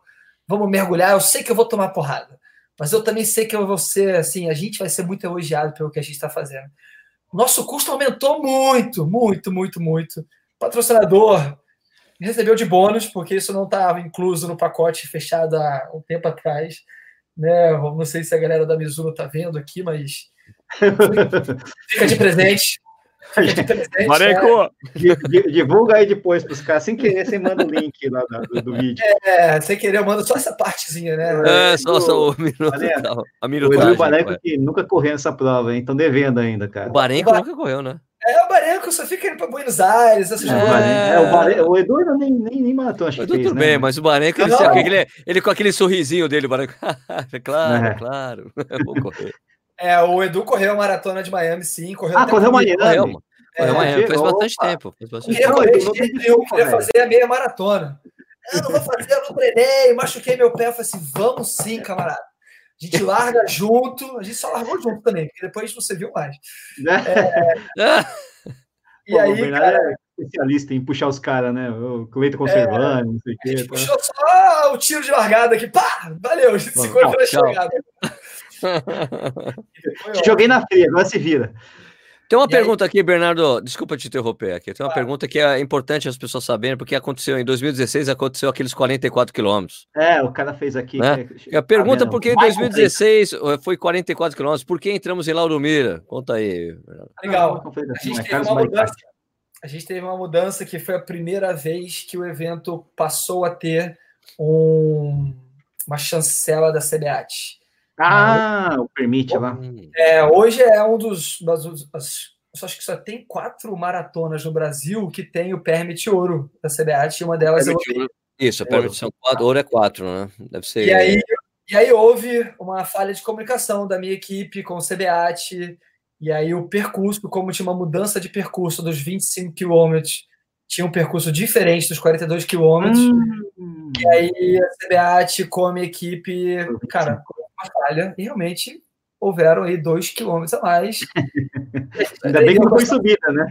vamos mergulhar, eu sei que eu vou tomar porrada, mas eu também sei que eu vou ser, assim, a gente vai ser muito elogiado pelo que a gente está fazendo. Nosso custo aumentou muito, muito, muito, muito. O patrocinador recebeu de bônus, porque isso não estava incluso no pacote fechado há um tempo atrás. Né? Não sei se a galera da Mizuno está vendo aqui, mas fica de presente. Fica de presente. Mareco! Divulga aí depois para os caras, sem querer, você manda o link lá do vídeo. Sem querer, eu mando só essa partezinha, né? Só o minuto. A minutagem. O Barenco que nunca correu essa prova, hein? Estão devendo ainda, cara. O Barenco nunca correu, né? O Barenco só fica indo para Buenos Aires. O Edu nem matou, acho que fez, tudo né? bem, mas o Barenco, ele com aquele sorrisinho dele, o Barenco, claro, vou correr. O Edu correu a maratona de Miami, sim. Correu Miami. Correu Miami, faz bastante tempo. Eu queria fazer a meia maratona. Eu não vou fazer, eu não treinei, machuquei meu pé. Eu falei assim, vamos sim, camarada. A gente larga junto, a gente só largou junto também, porque depois não se viu mais. E aí, o Bernardo é especialista em puxar os caras, né? O Cleiton conservando, não sei o quê. A gente puxou só o tiro de largada aqui, pá! Valeu, a gente se foi pela chegada. Te joguei na fria, agora se vira. Tem uma pergunta aqui, Bernardo, desculpa te interromper aqui, tem uma pergunta que é importante as pessoas saberem, porque aconteceu em 2016, aconteceu aqueles 44 quilômetros. O cara fez aqui. Né? A pergunta por que em 2016 foi 44 quilômetros, por que entramos em Lauro Miller? Conta aí. Legal, a gente teve uma mudança que foi a primeira vez que o evento passou a ter uma chancela da CBAT. O permite lá. Hoje é um acho que só tem 4 maratonas no Brasil que tem o permit ouro da CBAT, e uma delas Isso, a permit são 4, ouro é 4, né? Deve ser. E aí houve uma falha de comunicação da minha equipe com o CBAT, e aí o percurso, como tinha uma mudança de percurso dos 25 quilômetros, tinha um percurso diferente dos 42 quilômetros, e aí a CBAT com a minha equipe, cara, uma falha, e realmente houveram aí 2 quilômetros a mais. Ainda bem que não foi subida, né?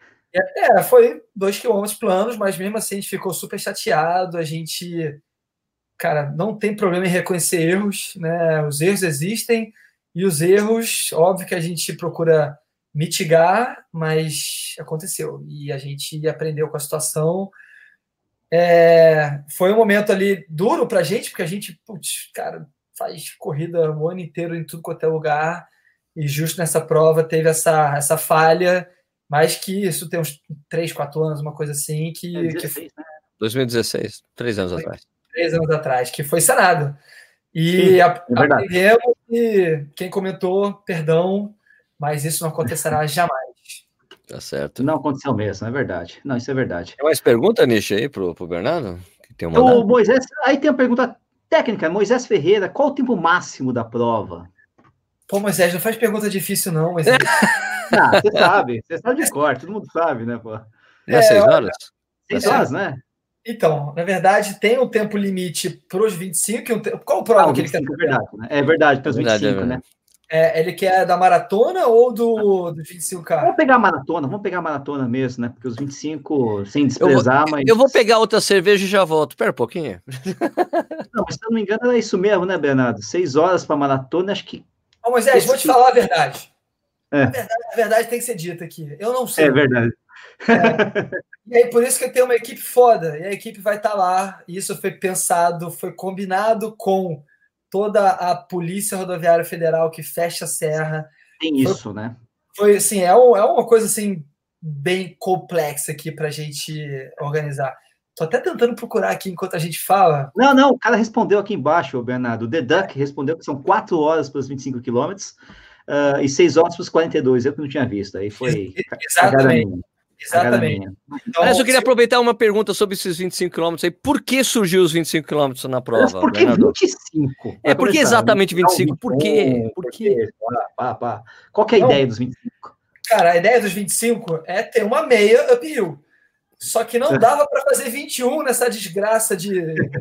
Foi 2 quilômetros planos, mas mesmo assim a gente ficou super chateado, a gente, cara, não tem problema em reconhecer erros, né? Os erros existem, e os erros, óbvio que a gente procura mitigar, mas aconteceu, e a gente aprendeu com a situação. Foi um momento ali duro pra gente, porque a gente, cara, faz corrida o ano inteiro em tudo quanto é lugar, e justo nessa prova teve essa falha, mas que isso tem uns 3, 4 anos, uma coisa assim, que 2016, 3 anos atrás. 3 anos atrás, que foi sanado. E aprendemos, e quem comentou, perdão, mas isso não acontecerá jamais. Tá certo. Não aconteceu mesmo, é verdade. Não, isso é verdade. Tem mais pergunta, Nishi, aí pro Bernardo? O Moisés, aí tem uma pergunta técnica. Moisés Ferreira, qual o tempo máximo da prova? Pô, Moisés, não faz pergunta difícil não, Moisés. Você sabe de cor, todo mundo sabe, né, pô? 6 horas? 6 horas, né? Então, na verdade, tem um tempo limite para os 25. Qual prova que ele quer? É verdade, para os 25, né? Ele quer da maratona ou do 25K? Vamos pegar a maratona mesmo, né? Porque os 25, sem desprezar, mas... Eu vou pegar outra cerveja e já volto. Pera um pouquinho. Não, mas se eu não me engano, é isso mesmo, né, Bernardo? 6 horas para maratona, acho que... Ô, Moisés, vou te falar a verdade. A verdade tem que ser dita aqui. Eu não sei. É verdade. E aí, por isso que eu tenho uma equipe foda. E a equipe vai estar lá. E isso foi pensado, foi combinado com toda a Polícia Rodoviária Federal que fecha a serra. Tem isso, né? Foi assim, é uma coisa assim bem complexa aqui para a gente organizar. Tô até tentando procurar aqui enquanto a gente fala. Não, o cara respondeu aqui embaixo, Bernardo. O The Duck respondeu que são 4 horas para os 25 quilômetros e 6 horas para os 42. Eu que não tinha visto. Aí foi. Exatamente. Então, eu queria aproveitar uma pergunta sobre esses 25 quilômetros aí. Por que surgiu os 25 quilômetros na prova? Mas por que 25? Por que exatamente 25? Por quê? Qual que é a ideia dos 25? Cara, a ideia dos 25 é ter uma meia uphill. Só que não dava para fazer 21 nessa desgraça de...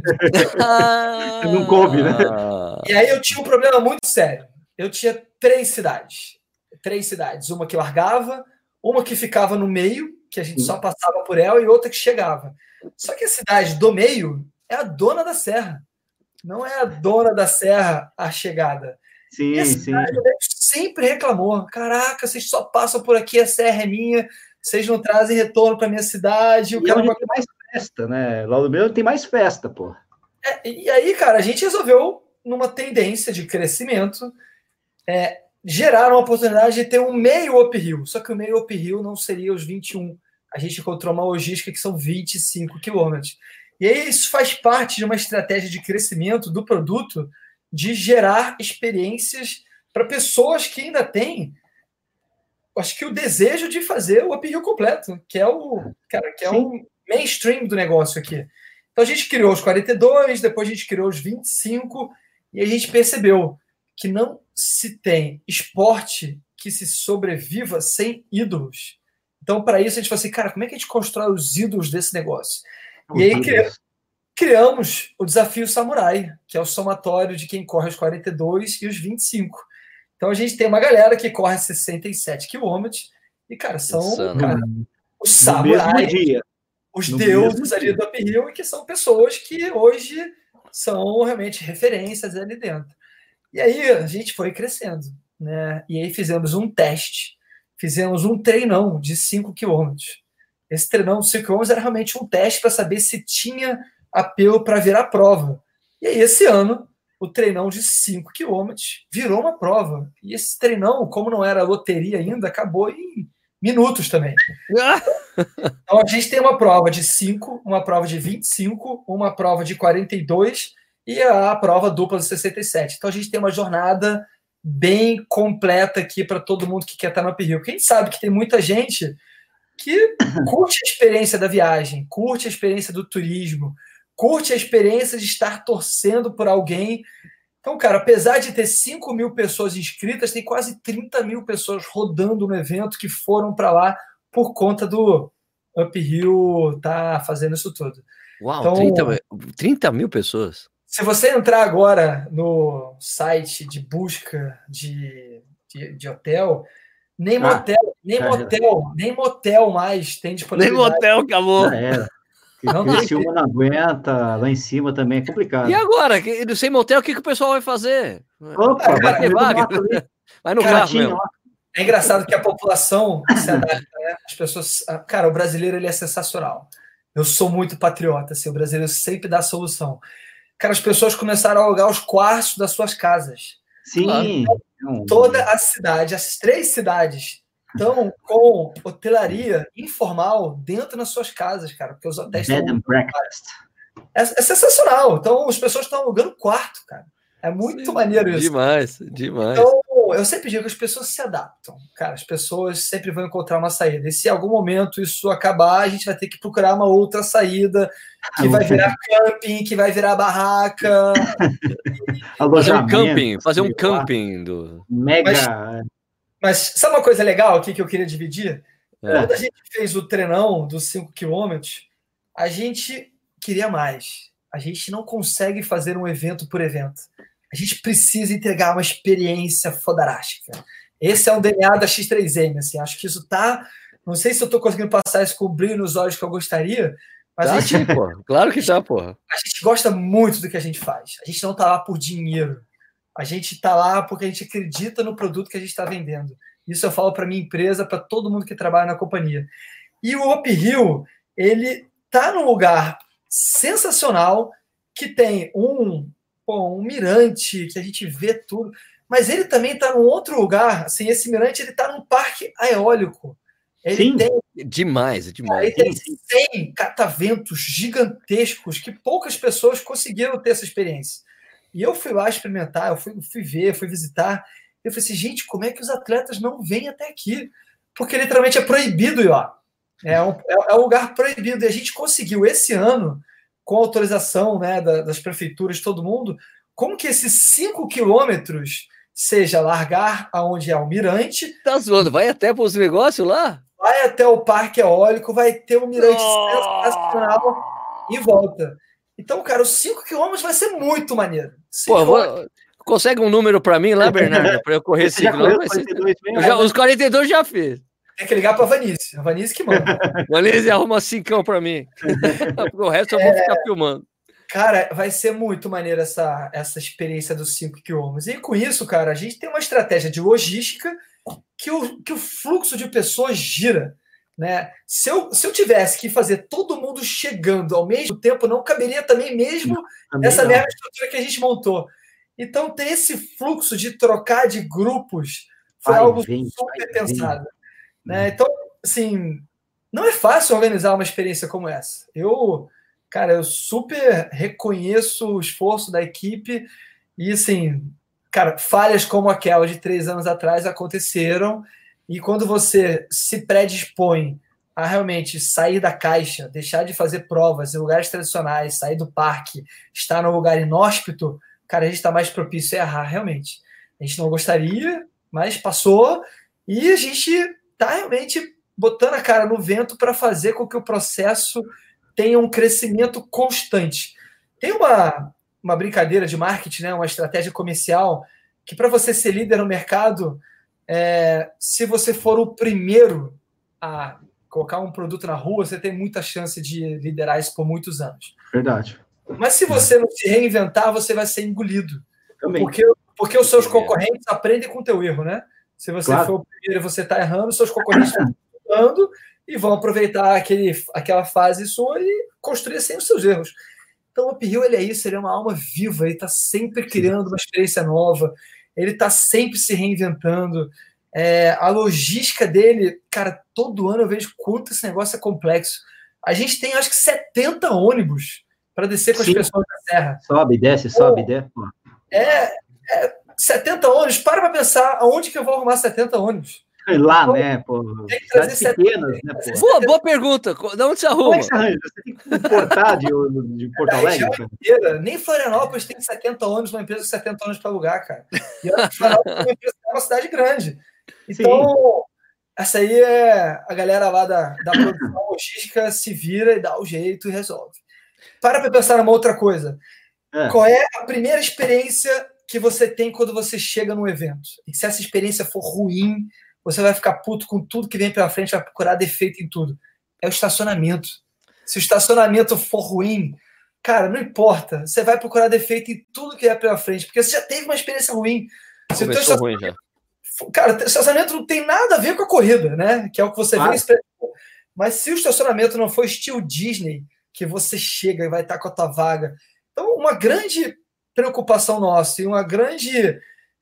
Não coube, né? E aí eu tinha um problema muito sério. Eu tinha 3 cidades. 3 cidades. Uma que largava, uma que ficava no meio, que a gente só passava por ela, e outra que chegava. Só que a cidade do meio é a dona da serra. Não é a dona da serra a chegada. Sim, e a cidade sempre reclamou. Caraca, vocês só passam por aqui, a serra é minha, vocês não trazem retorno para minha cidade. O cara onde tem mais festa, né? Lá no meu tem mais festa, pô. E aí, cara, a gente resolveu, numa tendência de crescimento, gerar uma oportunidade de ter um meio uphill. Só que o meio uphill não seria os 21. A gente encontrou uma logística que são 25 quilômetros. E aí isso faz parte de uma estratégia de crescimento do produto, de gerar experiências para pessoas que ainda têm, acho que o desejo de fazer o uphill completo, que é o mainstream do negócio aqui. Então a gente criou os 42, depois a gente criou os 25, e a gente percebeu que não se tem esporte que se sobreviva sem ídolos. Então, para isso, a gente falou assim, cara, como é que a gente constrói os ídolos desse negócio? E aí criamos o Desafio Samurai, que é o somatório de quem corre os 42 e os 25. Então, a gente tem uma galera que corre 67 quilômetros e, cara, são os samurais, os deuses ali do uphill, e que são pessoas que hoje são realmente referências ali dentro. E aí a gente foi crescendo, né? E aí fizemos um teste, fizemos um treinão de 5 quilômetros. Esse treinão de 5 quilômetros era realmente um teste para saber se tinha apelo para virar prova. E aí esse ano, o treinão de 5 quilômetros virou uma prova. E esse treinão, como não era loteria ainda, acabou em minutos também. Então a gente tem uma prova de 5, uma prova de 25, uma prova de 42 e a prova dupla de 67. Então a gente tem uma jornada bem completa aqui para todo mundo que quer estar no uphill. Porque a gente sabe que tem muita gente que curte a experiência da viagem, curte a experiência do turismo, curte a experiência de estar torcendo por alguém. Então, cara, apesar de ter 5 mil pessoas inscritas, tem quase 30 mil pessoas rodando no evento que foram para lá por conta do uphill tá fazendo isso tudo. Uau, então, 30 mil pessoas. Se você entrar agora no site de busca de hotel, nem motel mais tem disponibilidade. Nem motel, acabou. Criciúma não aguenta, lá em cima também é complicado. E agora? Sem motel, o que o pessoal vai fazer? Opa, vai ter vaga. Vai no carro mesmo. É engraçado que a população se adapta, né? As pessoas... Cara, o brasileiro ele é sensacional. Eu sou muito patriota, assim, o brasileiro sempre dá a solução. Cara, as pessoas começaram a alugar os quartos das suas casas. Sim. Toda a cidade, as 3 cidades, estão com hotelaria informal dentro das suas casas, cara, porque os hotéis Bed and breakfast. É sensacional. Então, as pessoas estão alugando quarto, cara. É muito maneiro isso. Demais. Então, eu sempre digo que as pessoas se adaptam. Cara, as pessoas sempre vão encontrar uma saída. E se em algum momento isso acabar, a gente vai ter que procurar uma outra saída, que vai virar camping, que vai virar barraca. Fazer um camping do... Mega... Mas sabe uma coisa legal aqui que eu queria dividir? Quando a gente fez o treinão dos 5 quilômetros, a gente queria mais. A gente não consegue fazer um evento por evento. A gente precisa entregar uma experiência fodarástica. Esse é um DNA da X3M. Assim, acho que isso tá... Não sei se eu estou conseguindo passar isso com o brilho nos olhos que eu gostaria, mas a gente, claro que tá, porra. A gente gosta muito do que a gente faz. A gente não tá lá por dinheiro. A gente está lá porque a gente acredita no produto que a gente está vendendo. Isso eu falo para minha empresa, para todo mundo que trabalha na companhia. E o uphill, ele está num lugar sensacional, que tem um mirante, que a gente vê tudo, mas ele também está num outro lugar. Assim, esse mirante está num parque eólico. Ele tem demais. Ele tem 100 cataventos gigantescos que poucas pessoas conseguiram ter essa experiência. E eu fui lá experimentar, eu fui ver, fui visitar. Eu falei assim, gente, como é que os atletas não vêm até aqui? Porque literalmente é proibido ir lá. É um lugar proibido. E a gente conseguiu esse ano, com a autorização, né, das prefeituras, todo mundo, como que esses 5 quilômetros seja largar aonde é o mirante. Tá zoando, vai até para os negócios lá? Vai até o parque eólico, vai ter um mirante sensacional e volta. Então, cara, os 5 quilômetros vai ser muito maneiro. Consegue um número para mim lá, Bernardo, para eu correr 5 quilômetros? Os 42 já fiz. Tem que ligar para a Vanice. A Vanice que manda. Vanice arruma 5 para mim. O resto eu vou ficar filmando. Cara, vai ser muito maneiro essa experiência dos 5 quilômetros. E com isso, cara, a gente tem uma estratégia de logística que o fluxo de pessoas gira, né? Se eu tivesse que fazer todo mundo chegando ao mesmo tempo, não caberia também mesmo essa mesma estrutura que a gente montou. Então, ter esse fluxo de trocar de grupos foi algo super pensado. Né? Então, assim, não é fácil organizar uma experiência como essa. Cara, eu super reconheço o esforço da equipe e, assim, cara, falhas como aquela de 3 anos atrás aconteceram e quando você se predispõe a realmente sair da caixa, deixar de fazer provas em lugares tradicionais, sair do parque, estar num lugar inóspito, cara, a gente está mais propício a errar, realmente. A gente não gostaria, mas passou e a gente está realmente botando a cara no vento para fazer com que o processo tenha um crescimento constante. Tem uma brincadeira de marketing, né? Uma estratégia comercial, que para você ser líder no mercado, se você for o primeiro a colocar um produto na rua, você tem muita chance de liderar isso por muitos anos. Verdade. Mas se você não se reinventar, você vai ser engolido. Também. Porque os seus concorrentes aprendem com o teu erro, né? Se você for o primeiro e você está errando, seus concorrentes estão errando e vão aproveitar aquela fase sua e construir sem os seus erros. Então, o Uphill, ele é isso, ele é uma alma viva, ele está sempre criando uma experiência nova, ele está sempre se reinventando. A logística dele, cara, todo ano eu vejo quanto esse negócio é complexo. A gente tem, acho que, 70 ônibus para descer com as pessoas da serra. Sobe, desce, sobe, desce. 70 ônibus, para pensar aonde que eu vou arrumar 70 ônibus. Lá, então, né, pô? Tem que trazer pequenas, né, pô? Boa pergunta. De onde você arruma? Como é que você arranja? Você tem que importar de Porto Alegre? Nem Florianópolis tem 70 ônibus, uma empresa com 70 ônibus para alugar, cara. E Florianópolis é uma cidade grande. Então, essa aí é a galera lá da produção logística se vira e dá o jeito e resolve. Para pensar numa outra coisa. Qual é a primeira experiência que você tem quando você chega num evento? E se essa experiência for ruim, você vai ficar puto com tudo que vem pela frente, vai procurar defeito em tudo. É o estacionamento. Se o estacionamento for ruim, cara, não importa. Você vai procurar defeito em tudo que é pela frente, porque você já teve uma experiência ruim. Se o teu estacionamento... ruim já. Cara, o estacionamento não tem nada a ver com a corrida, né? Que é o que você vê. Mas se o estacionamento não for estilo Disney, que você chega e vai estar com a tua vaga. Então, uma grande preocupação nossa e uma grande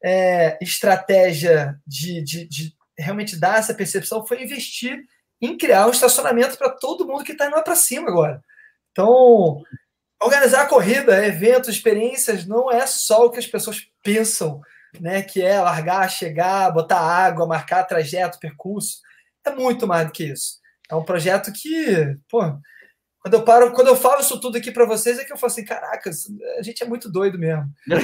estratégia de realmente dar essa percepção foi investir em criar um estacionamento para todo mundo que está indo lá para cima agora. Então, organizar a corrida, eventos, experiências, não é só o que as pessoas pensam, né? Que é largar, chegar, botar água, marcar trajeto, percurso. É muito mais do que isso. É um projeto que, pô, quando eu falo isso tudo aqui para vocês, é que eu falo assim, caraca, a gente é muito doido mesmo.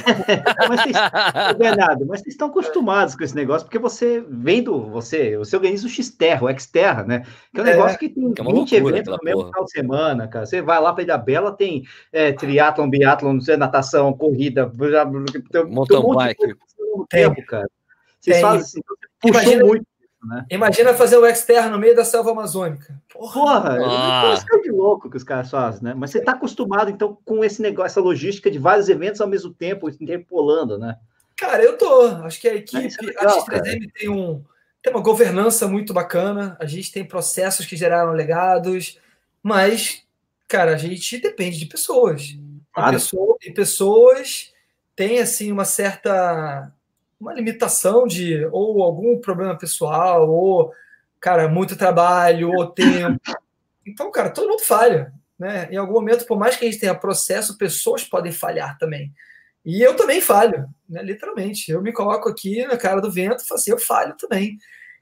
Bernardo, mas vocês estão acostumados com esse negócio, porque você você organiza o X-Terra, o X-Terra, né? Que é um negócio que tem 20 eventos no mesmo final de semana, cara. Você vai lá para Ilhabela, tem triatlon, biatlon, natação, corrida, mountain bike. Tempo, cara. Vocês fazem assim, puxou muito. Né? Imagina fazer o X-Terra no meio da selva amazônica. Porra, é de louco que os caras fazem, né? Mas você está acostumado, então, com esse negócio, essa logística de vários eventos ao mesmo tempo, interpolando, né? Cara, eu tô. Acho que a equipe, a X3M tem uma governança muito bacana, a gente tem processos que geraram legados, mas, cara, a gente depende de pessoas. Claro. E pessoas têm, assim, uma limitação de ou algum problema pessoal, ou, cara, muito trabalho, ou tempo. Então, cara, todo mundo falha, né? Em algum momento, por mais que a gente tenha processo, pessoas podem falhar também. E eu também falho, né? Literalmente. Eu me coloco aqui na cara do vento e falo assim, eu falho também.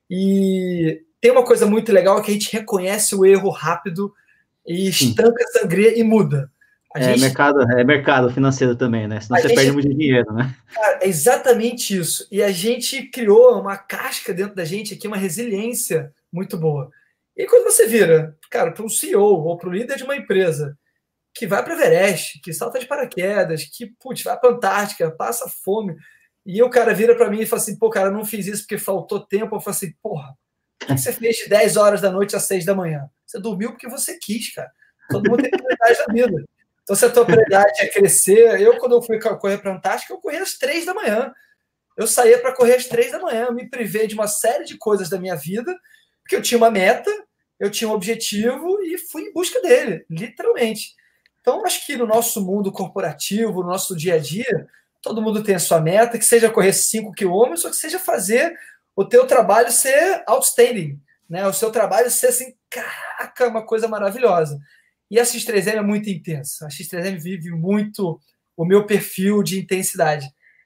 E tem uma coisa muito legal que a gente reconhece o erro rápido e estanca a sangria e muda. Mercado financeiro também, né? Senão você perde muito dinheiro, né? Cara, é exatamente isso. E a gente criou uma casca dentro da gente aqui, uma resiliência muito boa. E quando você vira, cara, para um CEO ou para o líder de uma empresa que vai para o Everest, que salta de paraquedas, que, vai para a Antártica, passa fome, e o cara vira para mim e fala assim, pô, cara, eu não fiz isso porque faltou tempo. Eu falo assim, porra, o que você fez de 10 horas da noite às 6 da manhã? Você dormiu porque você quis, cara. Todo mundo tem prioridade da vida. Então, se a tua prioridade é crescer, quando eu fui correr para a Antártica, eu corria às 3 da manhã. Eu saía para correr às 3 da manhã, eu me privei de uma série de coisas da minha vida, porque eu tinha uma meta, eu tinha um objetivo e fui em busca dele, literalmente. Então, acho que no nosso mundo corporativo, no nosso dia a dia, todo mundo tem a sua meta, que seja correr 5 quilômetros, ou que seja fazer o teu trabalho ser outstanding, né? O seu trabalho ser assim, caraca, uma coisa maravilhosa. E a X3M é muito intensa. A X3M vive muito o meu perfil de intensidade.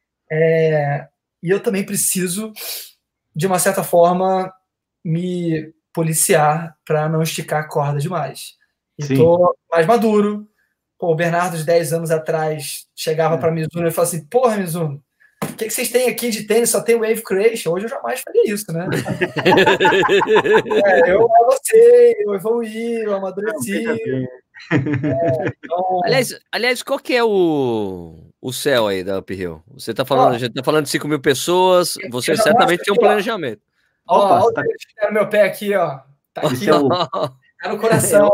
E eu também preciso, de uma certa forma, me policiar para não esticar a corda demais. E estou mais maduro. Pô, o Bernardo, de 10 anos atrás, chegava para a Mizuno e falava assim, porra, Mizuno, o que vocês têm aqui de tênis? Só tem Wave Creation. Hoje eu jamais faria isso, né? Eu avancei, eu evoluí, eu amadureci. Então... Aliás, qual que é o céu aí da Uphill? Você tá falando, a gente tá falando de 5 mil pessoas, você certamente tem um planejamento. Ó, o meu pé aqui, ó. Tá aqui, ó. Tá no coração.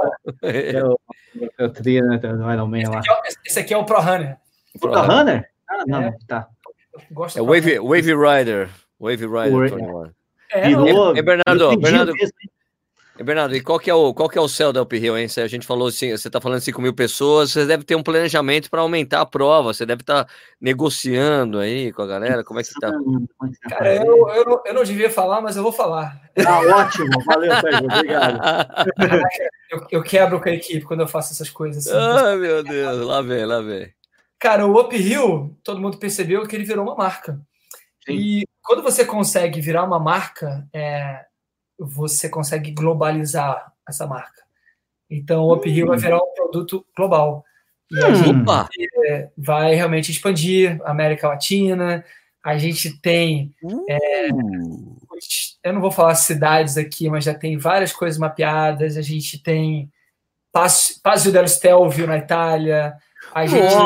Eu tria, né? Do Iron Man lá. Esse aqui é o Pro Runner. Pro Runner? Ah, não, tá. É Wave Rider. Wave Rider 21. Bernardo, e qual que é o céu da Uphill, hein? A gente falou assim, você está falando de 5 mil pessoas, você deve ter um planejamento para aumentar a prova, você deve estar negociando aí com a galera, como é que você está? Cara, eu não devia falar, mas eu vou falar. Ótimo, valeu, Sérgio, obrigado. Eu quebro com a equipe quando eu faço essas coisas. Assim. Ai, meu Deus, lá vem. Cara, o Uphill, todo mundo percebeu que ele virou uma marca. Sim. E quando você consegue virar uma marca, você consegue globalizar essa marca. Então, o Uphill vai virar um produto global. E a gente vai realmente expandir a América Latina. A gente tem... eu não vou falar cidades aqui, mas já tem várias coisas mapeadas. A gente tem Passo dello Stelvio na Itália. A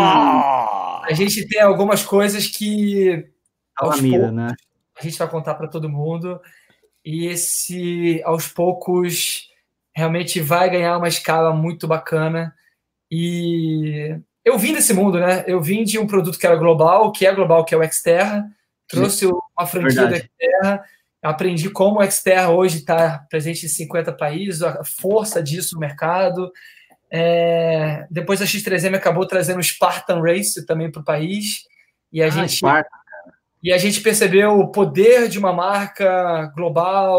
gente tem algumas coisas que aos poucos, né? A gente vai contar para todo mundo. E aos poucos, realmente vai ganhar uma escala muito bacana. E eu vim desse mundo, né? Eu vim de um produto que era global, que é o Xterra. Trouxe uma franquia da Xterra. Aprendi como o Xterra hoje está presente em 50 países, a força disso no mercado. Depois a X3M acabou trazendo o Spartan Race também para o país. E a gente percebeu o poder de uma marca global,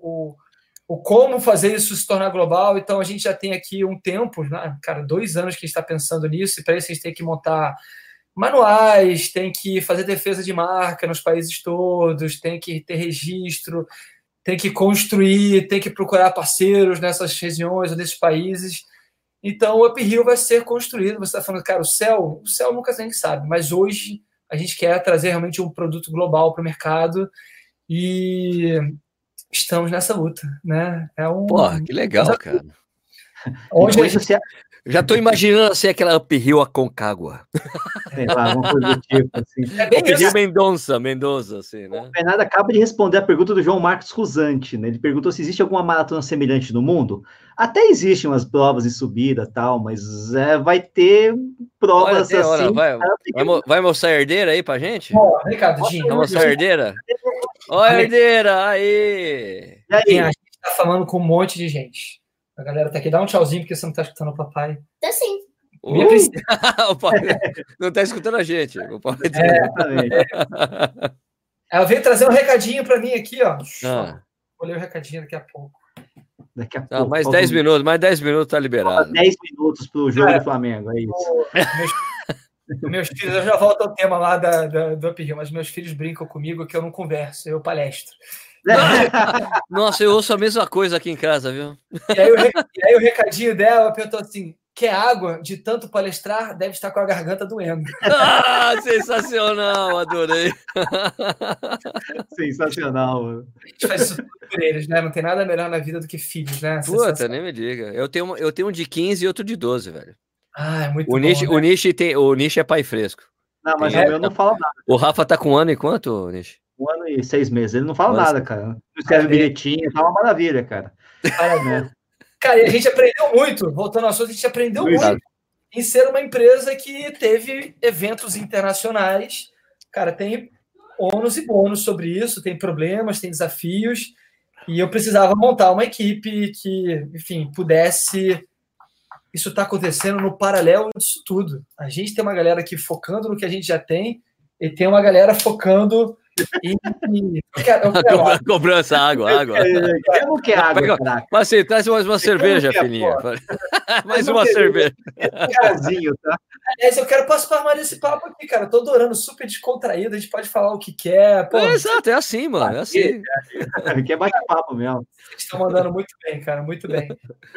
o como fazer isso se tornar global. Então, a gente já tem aqui um tempo, né? Cara, 2 anos que a gente está pensando nisso, e para isso a gente tem que montar manuais, tem que fazer defesa de marca nos países todos, tem que ter registro, tem que construir, tem que procurar parceiros nessas regiões ou nesses países. Então, o Uphill vai ser construído. Você está falando, cara, o céu nunca ninguém sabe, mas hoje a gente quer trazer realmente um produto global para o mercado e estamos nessa luta, né? Porra, que legal, cara. Já estou imaginando assim aquela Uphill Aconcagua. Sei lá, uma coisa do tipo, assim. Uphill Mendonça, assim, né? O Bernardo acaba de responder a pergunta do João Marcos Rusante, né? Ele perguntou se existe alguma maratona semelhante no mundo. Até existem umas provas de subida e tal, mas vai ter provas assim. Vai mostrar a herdeira aí pra gente? Ricardinho. Vai mostrar a herdeira? Ó, a herdeira, aí! E aí? A gente tá falando com um monte de gente. A galera tá aqui, dá um tchauzinho, porque você não tá escutando o papai. Tá sim. O pai não tá escutando a gente. O pai Ela veio trazer um recadinho pra mim aqui, ó. Vou ler o recadinho daqui a pouco. Mais 10 minutos tá liberado. 10 minutos pro jogo do Flamengo, é isso. Meus filhos, eu já volto ao tema lá do Uphill, mas meus filhos brincam comigo que eu não converso, eu palestro. Nossa, eu ouço a mesma coisa aqui em casa, viu? E aí o recadinho dela perguntou assim: quer água? De tanto palestrar, deve estar com a garganta doendo. Sensacional, adorei. Sensacional, mano. A gente faz isso por eles, né? Não tem nada melhor na vida do que filhos, né? Puta, nem me diga. Eu tenho um de 15 e outro de 12, velho. É muito bom, né? O Nish é pai fresco. Não, mas o meu não fala nada. O Rafa tá com 1 ano e quanto, Nish? 1 ano e 6 meses. Ele não fala nada, cara. Não escreve bilhetinho, tá uma maravilha, cara. Cara, e a gente aprendeu muito. Voltando ao assunto, a gente aprendeu muito em ser uma empresa que teve eventos internacionais. Cara, tem ônus e bônus sobre isso, tem problemas, tem desafios, e eu precisava montar uma equipe que, enfim, pudesse... Isso está acontecendo no paralelo disso tudo. A gente tem uma galera aqui focando no que a gente já tem, e tem uma galera focando em... Cobrança, água. Eu não quero água, caraca. Mas assim, traz mais uma cerveja, filhinha. Mais uma cerveja. Casinho, tá? Aliás, eu quero participar desse papo aqui, cara. Eu tô adorando, super descontraído, a gente pode falar o que quer. Pô, exato, é assim, mano, é assim. Aqui é bate-papo mesmo. Vocês estão mandando muito bem, cara, muito bem.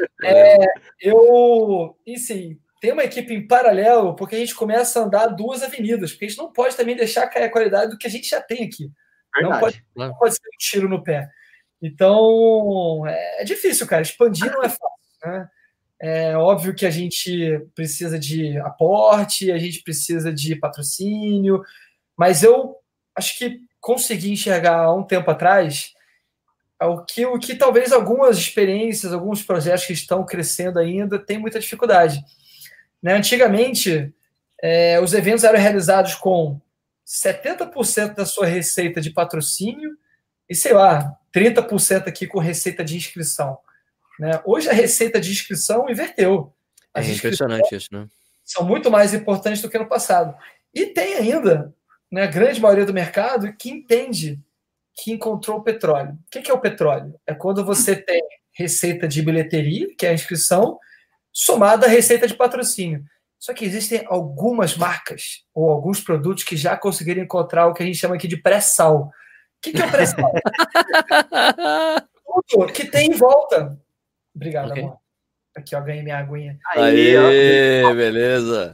Enfim, tem uma equipe em paralelo, porque a gente começa a andar duas avenidas, porque a gente não pode também deixar cair a qualidade do que a gente já tem aqui. Não pode ser um tiro no pé. Então, é difícil, cara. Expandir não é fácil, né? É óbvio que a gente precisa de aporte, a gente precisa de patrocínio, mas eu acho que consegui enxergar há um tempo atrás o que talvez algumas experiências, alguns projetos que estão crescendo ainda têm muita dificuldade. Né? Antigamente, os eventos eram realizados com 70% da sua receita de patrocínio e, sei lá, 30% aqui com receita de inscrição. Né? Hoje a receita de inscrição inverteu. É impressionante isso, né? São muito mais importantes do que no passado. E tem ainda, né, a grande maioria do mercado que entende que encontrou o petróleo. O que é o petróleo? É quando você tem receita de bilheteria, que é a inscrição, somada à receita de patrocínio. Só que existem algumas marcas ou alguns produtos que já conseguiram encontrar o que a gente chama aqui de pré-sal. O que é o pré-sal? Tudo que tem em volta. Obrigado, amor. Aqui, ó, ganhei minha aguinha. Aí, beleza.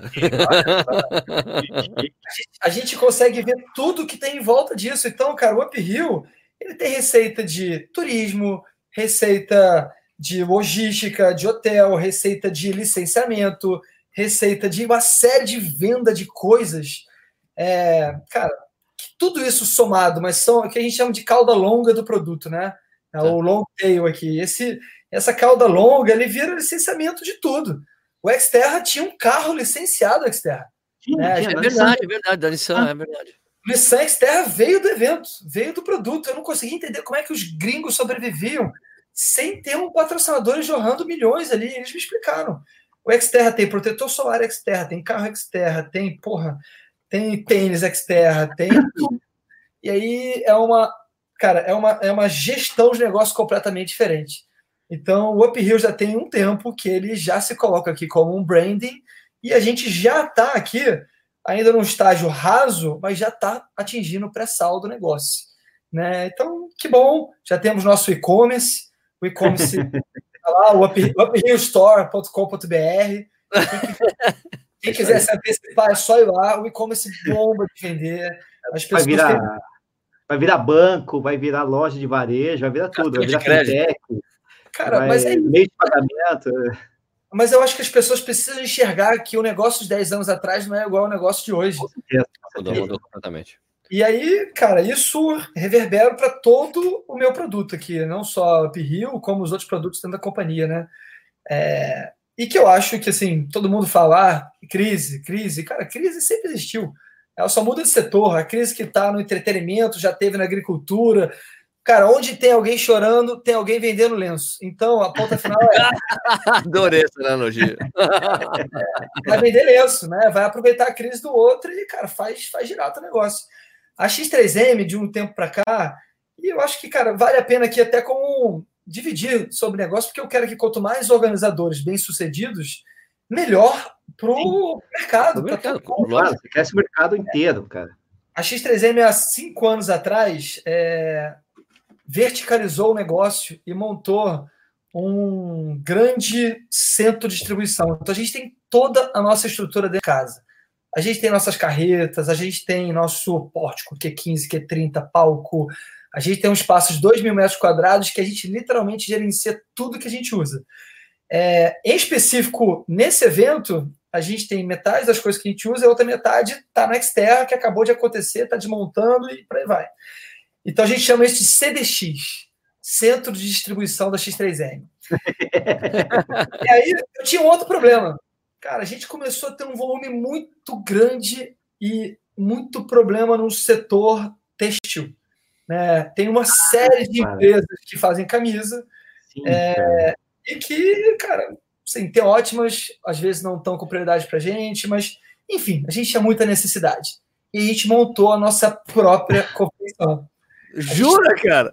A gente consegue ver tudo que tem em volta disso. Então, cara, o Uphill, ele tem receita de turismo, receita de logística, de hotel, receita de licenciamento, receita de uma série de venda de coisas. Cara, tudo isso somado, mas são o que a gente chama de cauda longa do produto, né? O long tail aqui. Essa cauda longa, ele vira licenciamento de tudo. O Xterra tinha um carro licenciado, Xterra. É verdade, da Nissan, é verdade. O Nissan Xterra veio do evento, veio do produto. Eu não conseguia entender como é que os gringos sobreviviam sem ter um patrocinador jorrando milhões ali. Eles me explicaram. O Xterra tem protetor solar Xterra, tem carro Xterra, tem tênis Xterra, tem tudo. E aí é uma gestão de negócio completamente diferente. Então, o Uphill já tem um tempo que ele já se coloca aqui como um branding e a gente já está aqui, ainda num estágio raso, mas já está atingindo o pré-sal do negócio. Né? Então, que bom, já temos nosso e-commerce, o e-commerce tá lá, o uphillstore.com.br. Quem quiser se antecipar, é só ir lá, o e-commerce bomba de vender. As pessoas vai virar banco, vai virar loja de varejo, vai virar tudo, vai virar fintech. Cara, mas meio de pagamento. Mas eu acho que as pessoas precisam enxergar que o negócio de 10 anos atrás não é igual ao negócio de hoje. Com certeza. Mudou completamente. E aí, cara, isso reverbera para todo o meu produto aqui, não só o Uphill, como os outros produtos dentro da companhia, né? E que eu acho que, assim, todo mundo fala, crise. Cara, crise sempre existiu. Ela só muda de setor. A crise que está no entretenimento já teve na agricultura. Cara, onde tem alguém chorando, tem alguém vendendo lenço. Então, a ponta final Adorei essa analogia. Vai vender lenço, né? Vai aproveitar a crise do outro e, cara, faz girar o negócio. A X3M, de um tempo para cá, e eu acho que, cara, vale a pena aqui até como dividir sobre o negócio, porque eu quero que quanto mais organizadores bem-sucedidos, melhor para o mercado. Claro, você quer esse mercado inteiro, cara. A X3M, há 5 anos atrás, verticalizou o negócio e montou um grande centro de distribuição. Então, a gente tem toda a nossa estrutura dentro de casa. A gente tem nossas carretas, a gente tem nosso pórtico, Q15, Q30, palco. A gente tem um espaço de 2.000 metros quadrados que a gente literalmente gerencia tudo que a gente usa. Em específico, nesse evento, a gente tem metade das coisas que a gente usa e a outra metade está na Xterra, que acabou de acontecer, está desmontando e por aí vai. Então, a gente chama isso de CDX, Centro de Distribuição da X3M. E aí, eu tinha um outro problema. cara, a gente começou a ter um volume muito grande e muito problema no setor têxtil. Né? Tem uma série de empresas que fazem camisa e que, cara, assim, tem ótimas, às vezes não estão com prioridade para a gente, mas, enfim, a gente tinha muita necessidade. E a gente montou a nossa própria confecção. Jura, cara?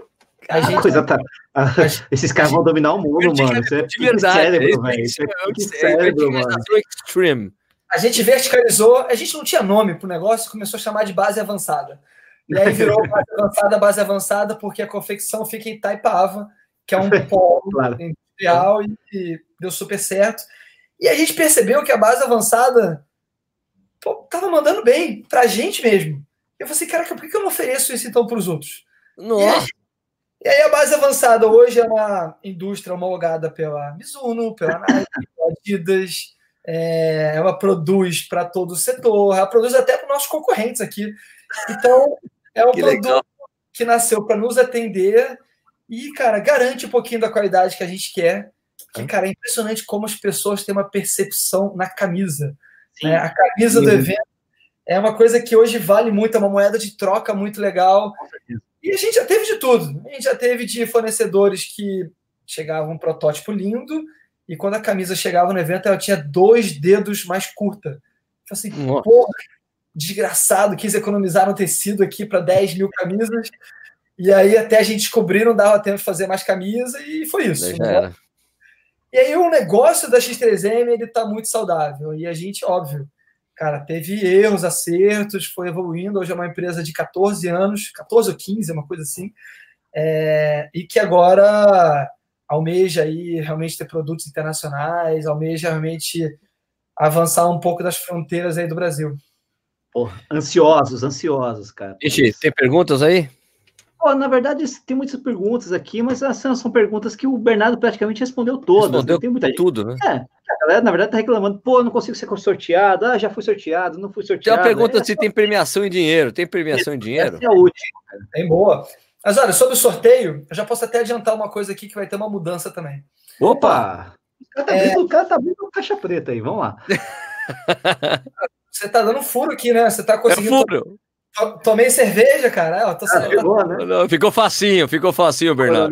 Esses caras vão dominar o mundo, mano. Isso é de verdade. Cérebro, velho. Isso é cérebro, mano. Extreme. A gente verticalizou, a gente não tinha nome para o negócio, começou a chamar de base avançada. E aí virou base avançada, porque a confecção fica em Itaipava, que é um polo industrial, e deu super certo. E a gente percebeu que a base avançada estava mandando bem para a gente mesmo. Eu falei assim, cara, por que eu não ofereço isso então para os outros? Nossa! E aí a base avançada hoje é uma indústria homologada pela Mizuno, pela Nike, pela Adidas. Ela produz para todo o setor, ela produz até para os nossos concorrentes aqui. Então, é um produto que nasceu para nos atender e, cara, garante um pouquinho da qualidade que a gente quer. Que, cara, é impressionante como as pessoas têm uma percepção na camisa. Né? A camisa do evento é uma coisa que hoje vale muito, é uma moeda de troca muito legal. E a gente já teve de tudo. A gente já teve de fornecedores que chegavam um protótipo lindo e quando a camisa chegava no evento, ela tinha 2 dedos mais curta. Eu falei assim, porra, desgraçado, quis economizar no tecido aqui para 10 mil camisas. E aí até a gente descobrir, não dava tempo de fazer mais camisa e foi isso. E aí o negócio da X3M, ele tá muito saudável. E a gente, óbvio, cara, teve erros, acertos, foi evoluindo. Hoje é uma empresa de 14 anos, 14 ou 15, uma coisa assim. E que agora almeja aí realmente ter produtos internacionais, almeja realmente avançar um pouco das fronteiras aí do Brasil. Porra, ansiosos, cara. Gente, tem perguntas aí? Na verdade, tem muitas perguntas aqui, mas são perguntas que o Bernardo praticamente respondeu todas. Respondeu tem muita tudo, né? A galera, na verdade, tá reclamando, não consigo ser sorteado, já fui sorteado, não fui sorteado. Tem uma pergunta se tem premiação em dinheiro. Tem premiação em dinheiro? Essa é a última. Bem boa. Mas olha, sobre o sorteio, eu já posso até adiantar uma coisa aqui que vai ter uma mudança também. Opa! O cara tá abrindo caixa preta aí, vamos lá. Você tá dando furo aqui, né? Você tá conseguindo... furo. Tomei cerveja, cara. Tô pegou, né? Não, ficou facinho, Bernardo.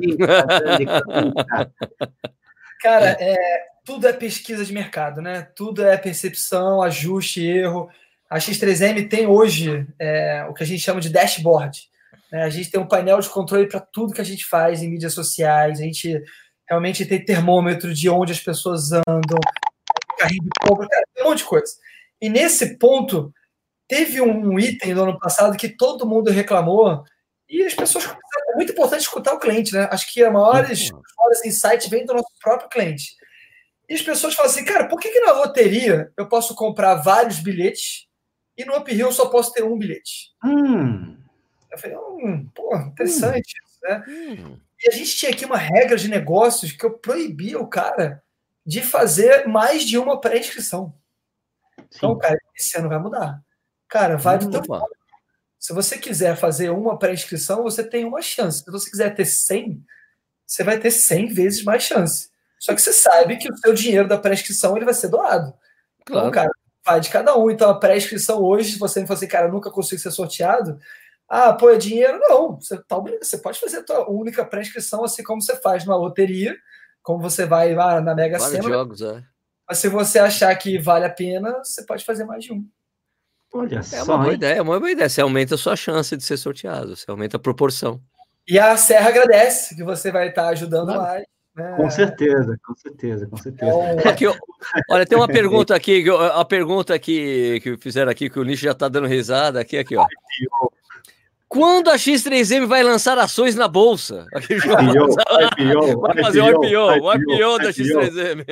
Cara, tudo é pesquisa de mercado, né? Tudo é percepção, ajuste, erro. A X3M tem hoje o que a gente chama de dashboard. Né? A gente tem um painel de controle para tudo que a gente faz em mídias sociais. A gente realmente tem termômetro de onde as pessoas andam, carrinho de compra, cara, tem um monte de coisa. E nesse ponto, teve um item no ano passado que todo mundo reclamou e as pessoas... É muito importante escutar o cliente, né? Acho que a maiores insights vem do nosso próprio cliente. E as pessoas falam assim, cara, por que na loteria eu posso comprar vários bilhetes e no Up Hill eu só posso ter um bilhete? Eu falei, interessante isso, né? E a gente tinha aqui uma regra de negócios que eu proibia o cara de fazer mais de uma pré-inscrição. Então, cara, esse ano vai mudar. Cara, vai do teu nome. Se você quiser fazer uma pré-inscrição, você tem uma chance. Se você quiser ter 100, você vai ter 100 vezes mais chance. Só que você sabe que o seu dinheiro da pré-inscrição ele vai ser doado. Claro. Então, cara, vai de cada um. Então, a pré-inscrição hoje, se você me fosse assim, cara, eu nunca consigo ser sorteado, é dinheiro? Não. Você pode fazer a tua única pré-inscrição, assim como você faz numa loteria, como você vai lá na Mega Sena. Vários jogos, Mas se você achar que vale a pena, você pode fazer mais de um. Olha só, uma boa ideia, Você aumenta a sua chance de ser sorteado, você aumenta a proporção. E a Serra agradece que você vai estar ajudando mais. Né? Com certeza. Então... Aqui, olha, tem uma pergunta aqui, a pergunta que fizeram aqui, que o Nicho já está dando risada, aqui, ó. Quando a X3M vai lançar ações na bolsa? Vai fazer o IPO da X3M.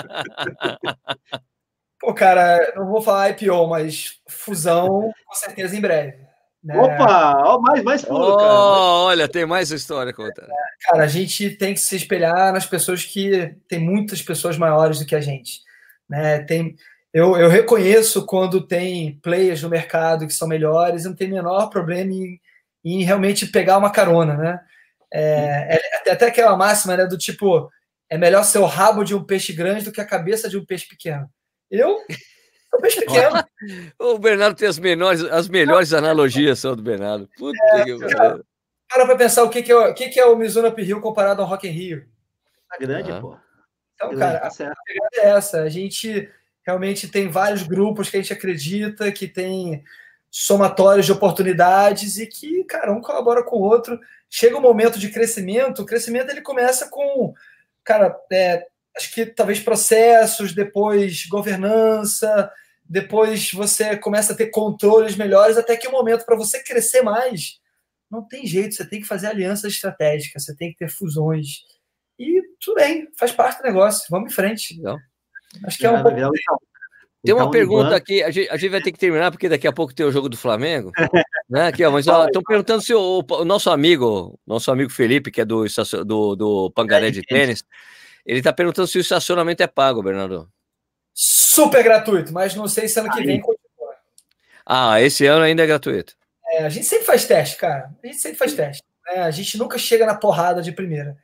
Pô, cara, não vou falar IPO, mas fusão, com certeza, em breve. Né? Opa! Mais fundo, cara. Olha, tem mais história contando. Cara, a gente tem que se espelhar nas pessoas que... Tem muitas pessoas maiores do que a gente. Né? Eu reconheço quando tem players no mercado que são melhores, não tem o menor problema em realmente pegar uma carona, né? Até aquela máxima, né, do tipo, é melhor ser o rabo de um peixe grande do que a cabeça de um peixe pequeno. Eu sou peixe pequeno. O Bernardo tem as melhores analogias, são do Bernardo. Puta que pariu. Para pra pensar o que é o Mizuno Up Hill comparado ao Rock in Rio. Tá grande, pô. Então, grande, cara, tá certo. a pegada é essa. A gente realmente tem vários grupos que a gente acredita que tem somatórios de oportunidades e que, cara, um colabora com o outro. Chega um momento de crescimento, o crescimento ele começa com, cara, acho que talvez processos, depois governança, depois você começa a ter controles melhores, até que o momento para você crescer mais, não tem jeito, você tem que fazer alianças estratégicas, você tem que ter fusões. E tudo bem, faz parte do negócio, vamos em frente. Legal. Acho que é um pouco... Tem uma pergunta aqui, a gente vai ter que terminar, porque daqui a pouco tem o jogo do Flamengo. Né? Aqui, ó, mas estão perguntando se o nosso amigo Felipe, que é do Pangaré de Tênis, ele está perguntando se o estacionamento é pago, Bernardo. Super gratuito, mas não sei se ano que vem continua. Ah, esse ano ainda é gratuito. A gente sempre faz teste, cara. A gente sempre faz teste. Né? A gente nunca chega na porrada de primeira.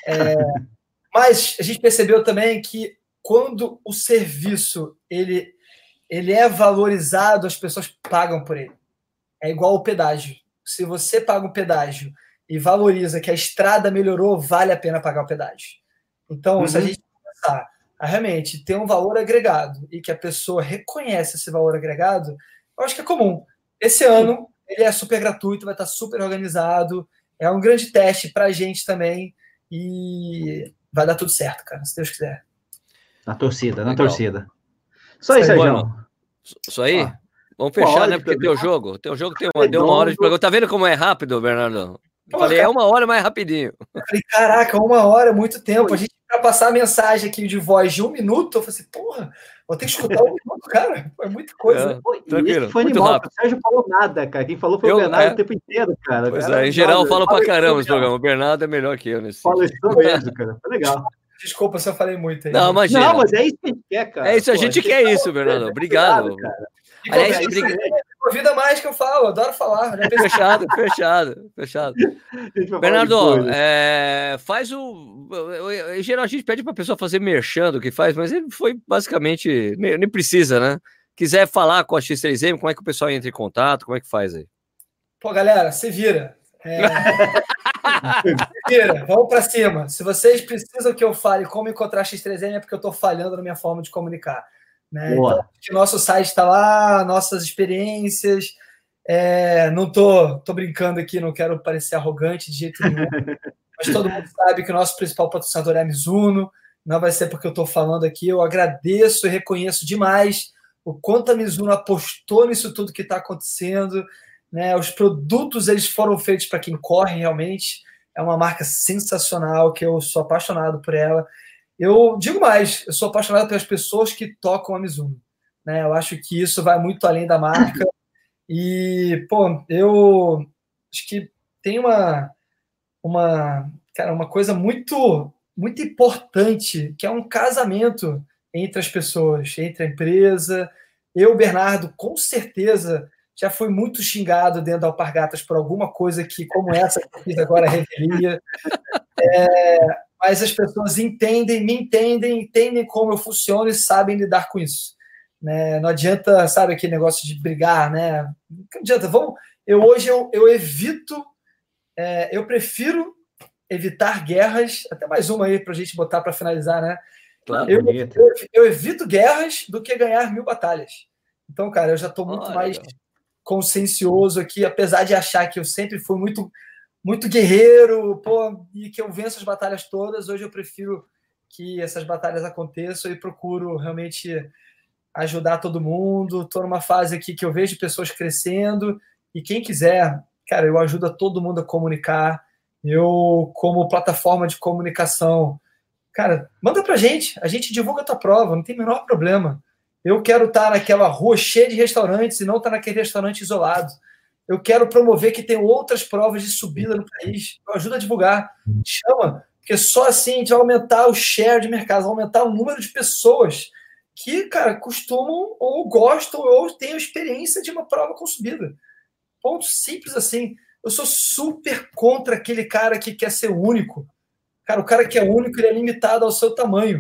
Mas a gente percebeu também que quando o serviço ele é valorizado, as pessoas pagam por ele. É igual o pedágio. Se você paga o pedágio e valoriza que a estrada melhorou, vale a pena pagar o pedágio. Então, se a gente começar a realmente ter um valor agregado e que a pessoa reconhece esse valor agregado, eu acho que é comum. Esse ano, ele é super gratuito, vai estar super organizado, é um grande teste para a gente também e vai dar tudo certo, cara, se Deus quiser. Na torcida. Isso aí, Sérgio. Isso aí? Vamos fechar, né? Porque tem o jogo. Deu uma hora de programa. Tá vendo como é rápido, Bernardo? Eu falei, é 1 hora mais rapidinho. Eu falei, caraca, 1 hora é muito tempo. A gente, para passar a mensagem aqui de voz de 1 minuto, eu falei assim, porra, vou ter que escutar 1 minuto, cara. É muita coisa. Tranquilo, foi muito rápido. O Sérgio falou nada, cara. Quem falou foi o Bernardo o tempo inteiro, cara. Pois é, em geral eu falo pra caramba esse programa. O Bernardo é melhor que eu nesse. Fala isso mesmo, cara. Foi legal. Desculpa se eu falei muito aí. Não, imagina. Não, mas é isso que a gente quer, cara. É isso, a gente quer isso, Bernardo. Obrigado. Cara. Aliás, convida mais que eu falo, adoro falar. Fechado. Bernardo, faz o... Em geral, a gente pede pra pessoa fazer merchan do que faz, mas ele foi basicamente... Nem precisa, né? Quiser falar com a X3M, como é que o pessoal entra em contato? Como é que faz aí? Pô, galera, se vira. Vamos para cima. Se vocês precisam que eu fale como encontrar X3M, é porque eu estou falhando na minha forma de comunicar. Né? Então, o nosso site está lá, nossas experiências. Não tô brincando aqui, não quero parecer arrogante de jeito nenhum. Mas todo mundo sabe que o nosso principal patrocinador é a Mizuno. Não vai ser porque eu estou falando aqui. Eu agradeço e reconheço demais o quanto a Mizuno apostou nisso tudo que está acontecendo. Né? Os produtos eles foram feitos para quem corre realmente. É uma marca sensacional, que eu sou apaixonado por ela. Eu digo mais, eu sou apaixonado pelas pessoas que tocam a Mizuno. Né? Eu acho que isso vai muito além da marca. E, pô, eu acho que tem uma coisa muito, muito importante, que é um casamento entre as pessoas, entre a empresa. Eu, Bernardo, com certeza já fui muito xingado dentro da Alpargatas por alguma coisa que, como essa que eu fiz agora, revelia. Mas as pessoas me entendem como eu funciono e sabem lidar com isso. Né? Não adianta, sabe, aquele negócio de brigar, né? Não adianta. Hoje eu evito, eu prefiro evitar guerras, até mais uma aí para a gente botar para finalizar, né? Claro, eu evito guerras do que ganhar 1000 batalhas. Então, cara, eu já estou muito mais consciencioso aqui, apesar de achar que eu sempre fui muito, muito guerreiro, e que eu venço as batalhas todas. Hoje eu prefiro que essas batalhas aconteçam e procuro realmente ajudar todo mundo. Estou numa fase aqui que eu vejo pessoas crescendo e quem quiser, cara, eu ajudo todo mundo a comunicar. Eu, como plataforma de comunicação, cara, manda pra gente, a gente divulga a tua prova, não tem o menor problema. Eu quero estar naquela rua cheia de restaurantes e não estar naquele restaurante isolado. Eu quero promover que tem outras provas de subida no país. Eu ajudo a divulgar. Chama, porque só assim a gente vai aumentar o share de mercado, vai aumentar o número de pessoas que, cara, costumam ou gostam ou têm a experiência de uma prova com subida. Ponto simples assim. Eu sou super contra aquele cara que quer ser único. Cara, o cara que é único, ele é limitado ao seu tamanho.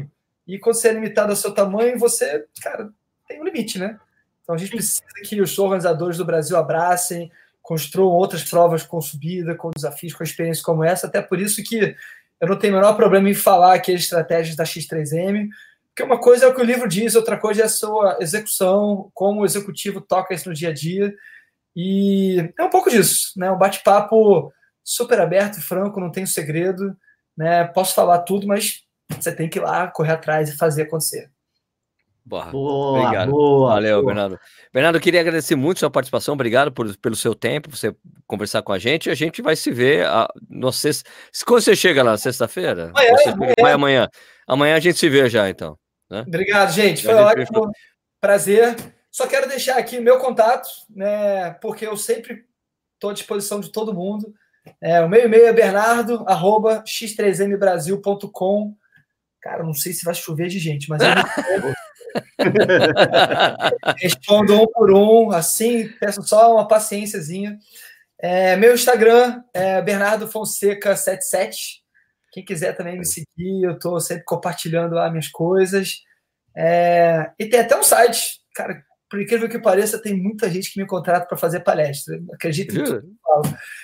E quando você é limitado ao seu tamanho, você, cara, tem um limite, né? Então a gente precisa que os organizadores do Brasil abracem, construam outras provas com subida, com desafios, com experiências como essa. Até por isso que eu não tenho o menor problema em falar aqui as estratégias da X3M, porque uma coisa é o que o livro diz, outra coisa é a sua execução, como o executivo toca isso no dia a dia. E é um pouco disso, né? Um bate-papo super aberto e franco, não tem segredo, né? Posso falar tudo, mas você tem que ir lá, correr atrás e fazer acontecer. Boa, obrigado. Valeu, Bernardo. Bernardo, queria agradecer muito a sua participação, obrigado pelo seu tempo, por você conversar com a gente. A gente vai se ver quando você chega lá, sexta-feira? Amanhã. Amanhã a gente se vê já, então. Né? Obrigado, gente. Foi ótimo. Prazer. Só quero deixar aqui o meu contato, né? Porque eu sempre estou à disposição de todo mundo. O meu e-mail é bernardo@x3mbrasil.com. Cara, não sei se vai chover de gente, mas eu respondo um por um, assim, peço só uma paciênciazinha. Meu Instagram é Bernardo Fonseca 77. Quem quiser também me seguir, eu estou sempre compartilhando lá minhas coisas. E tem até um site, cara, por incrível que pareça, tem muita gente que me contrata para fazer palestra. Acredito em tudo que eu falo.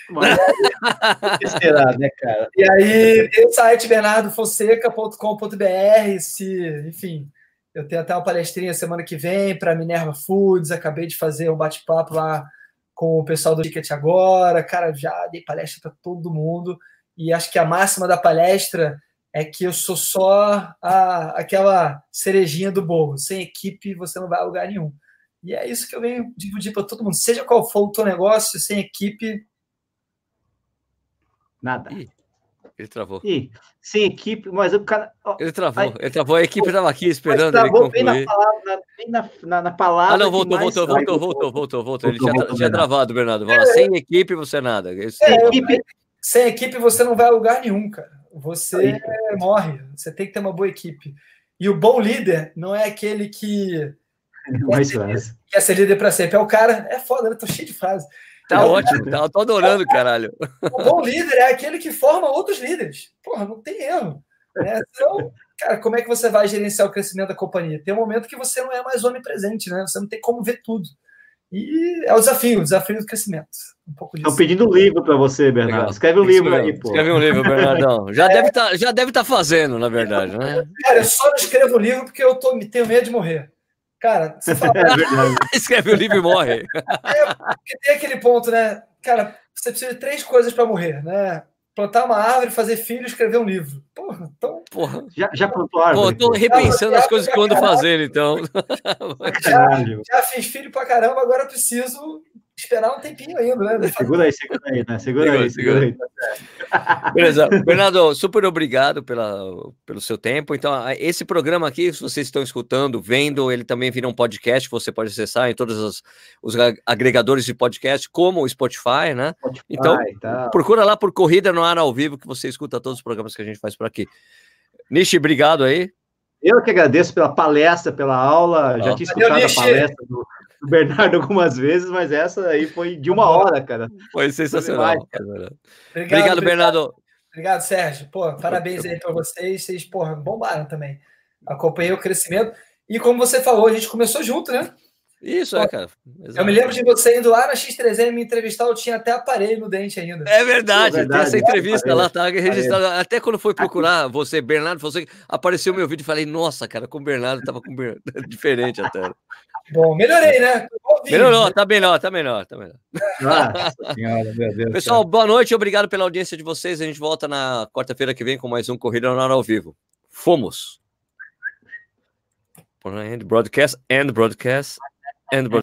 Será, né, cara? E aí tem o site bernardofonseca.com.br. Enfim, eu tenho até uma palestrinha semana que vem para Minerva Foods. Acabei de fazer um bate-papo lá com o pessoal do Ticket agora. Cara, já dei palestra para todo mundo. E acho que a máxima da palestra é que eu sou só aquela cerejinha do bolo. Sem equipe, você não vai a lugar nenhum. E é isso que eu venho dividir para todo mundo. Seja qual for o teu negócio, sem equipe... Nada. Ele travou. Sem equipe, mas o cara... Ele travou, a equipe estava aqui esperando ele concluir. Bem na palavra. Não, voltou. Ele tinha travado, Bernardo. Fala, sem equipe você nada. Sem equipe você não vai a lugar nenhum, cara. Você morre. Você tem que ter uma boa equipe. E o bom líder não é aquele que quer ser líder para sempre. É o cara... É foda, eu tô cheio de frase. Tá ótimo, tô adorando, caralho. O bom líder é aquele que forma outros líderes. Porra, não tem erro. Né? Então, cara, como é que você vai gerenciar o crescimento da companhia? Tem um momento que você não é mais onipresente, né? Você não tem como ver tudo. E é o desafio do crescimento. Um pouco disso. Estão pedindo um livro para você, Bernardo. Legal. Escreve um livro aí, pô. Escreve um livro, Bernardão. Já deve tá fazendo, na verdade, né? Cara, eu só não escrevo um livro porque eu tenho medo de morrer. Cara, você fala... Escreve o livro e morre. Porque tem aquele ponto, né? Cara, você precisa de 3 coisas para morrer, né? Plantar uma árvore, fazer filho e escrever um livro. Porra. Já plantou árvore? Tô repensando as coisas que eu ando fazendo, então. Já fiz filho pra caramba, agora eu preciso esperar um tempinho ainda, né? Segura aí, né? Segura aí. Beleza. Bernardo, super obrigado pelo seu tempo. Então, esse programa aqui, se vocês estão escutando, vendo, ele também vira um podcast que você pode acessar em todos os agregadores de podcast, como o Spotify, né? Então, procura lá por Corrida no Ar ao Vivo, que você escuta todos os programas que a gente faz por aqui. Nishi, obrigado aí. Eu que agradeço pela palestra, pela aula. Já tinha escutado a palestra do Bernardo algumas vezes, mas essa aí foi de 1 hora, cara. Foi sensacional. Obrigado, Bernardo. Obrigado, Sérgio. Parabéns aí para vocês. Vocês, bombaram também. Acompanhei o crescimento. E como você falou, a gente começou junto, né? Isso, cara. Exato. Eu me lembro de você indo lá na X3M me entrevistar, eu tinha até aparelho no dente ainda. É verdade, tem essa entrevista lá, tá registrada. Até quando foi procurar você, Bernardo, apareceu meu vídeo e falei, nossa, cara, com o Bernardo tava diferente até. Bom, melhorei, né? Melhorou, tá melhor. Nossa senhora, meu Deus. Pessoal, boa noite, obrigado pela audiência de vocês. A gente volta na quarta-feira que vem com mais um Corrida no Ar ao Vivo. Fomos! End broadcast.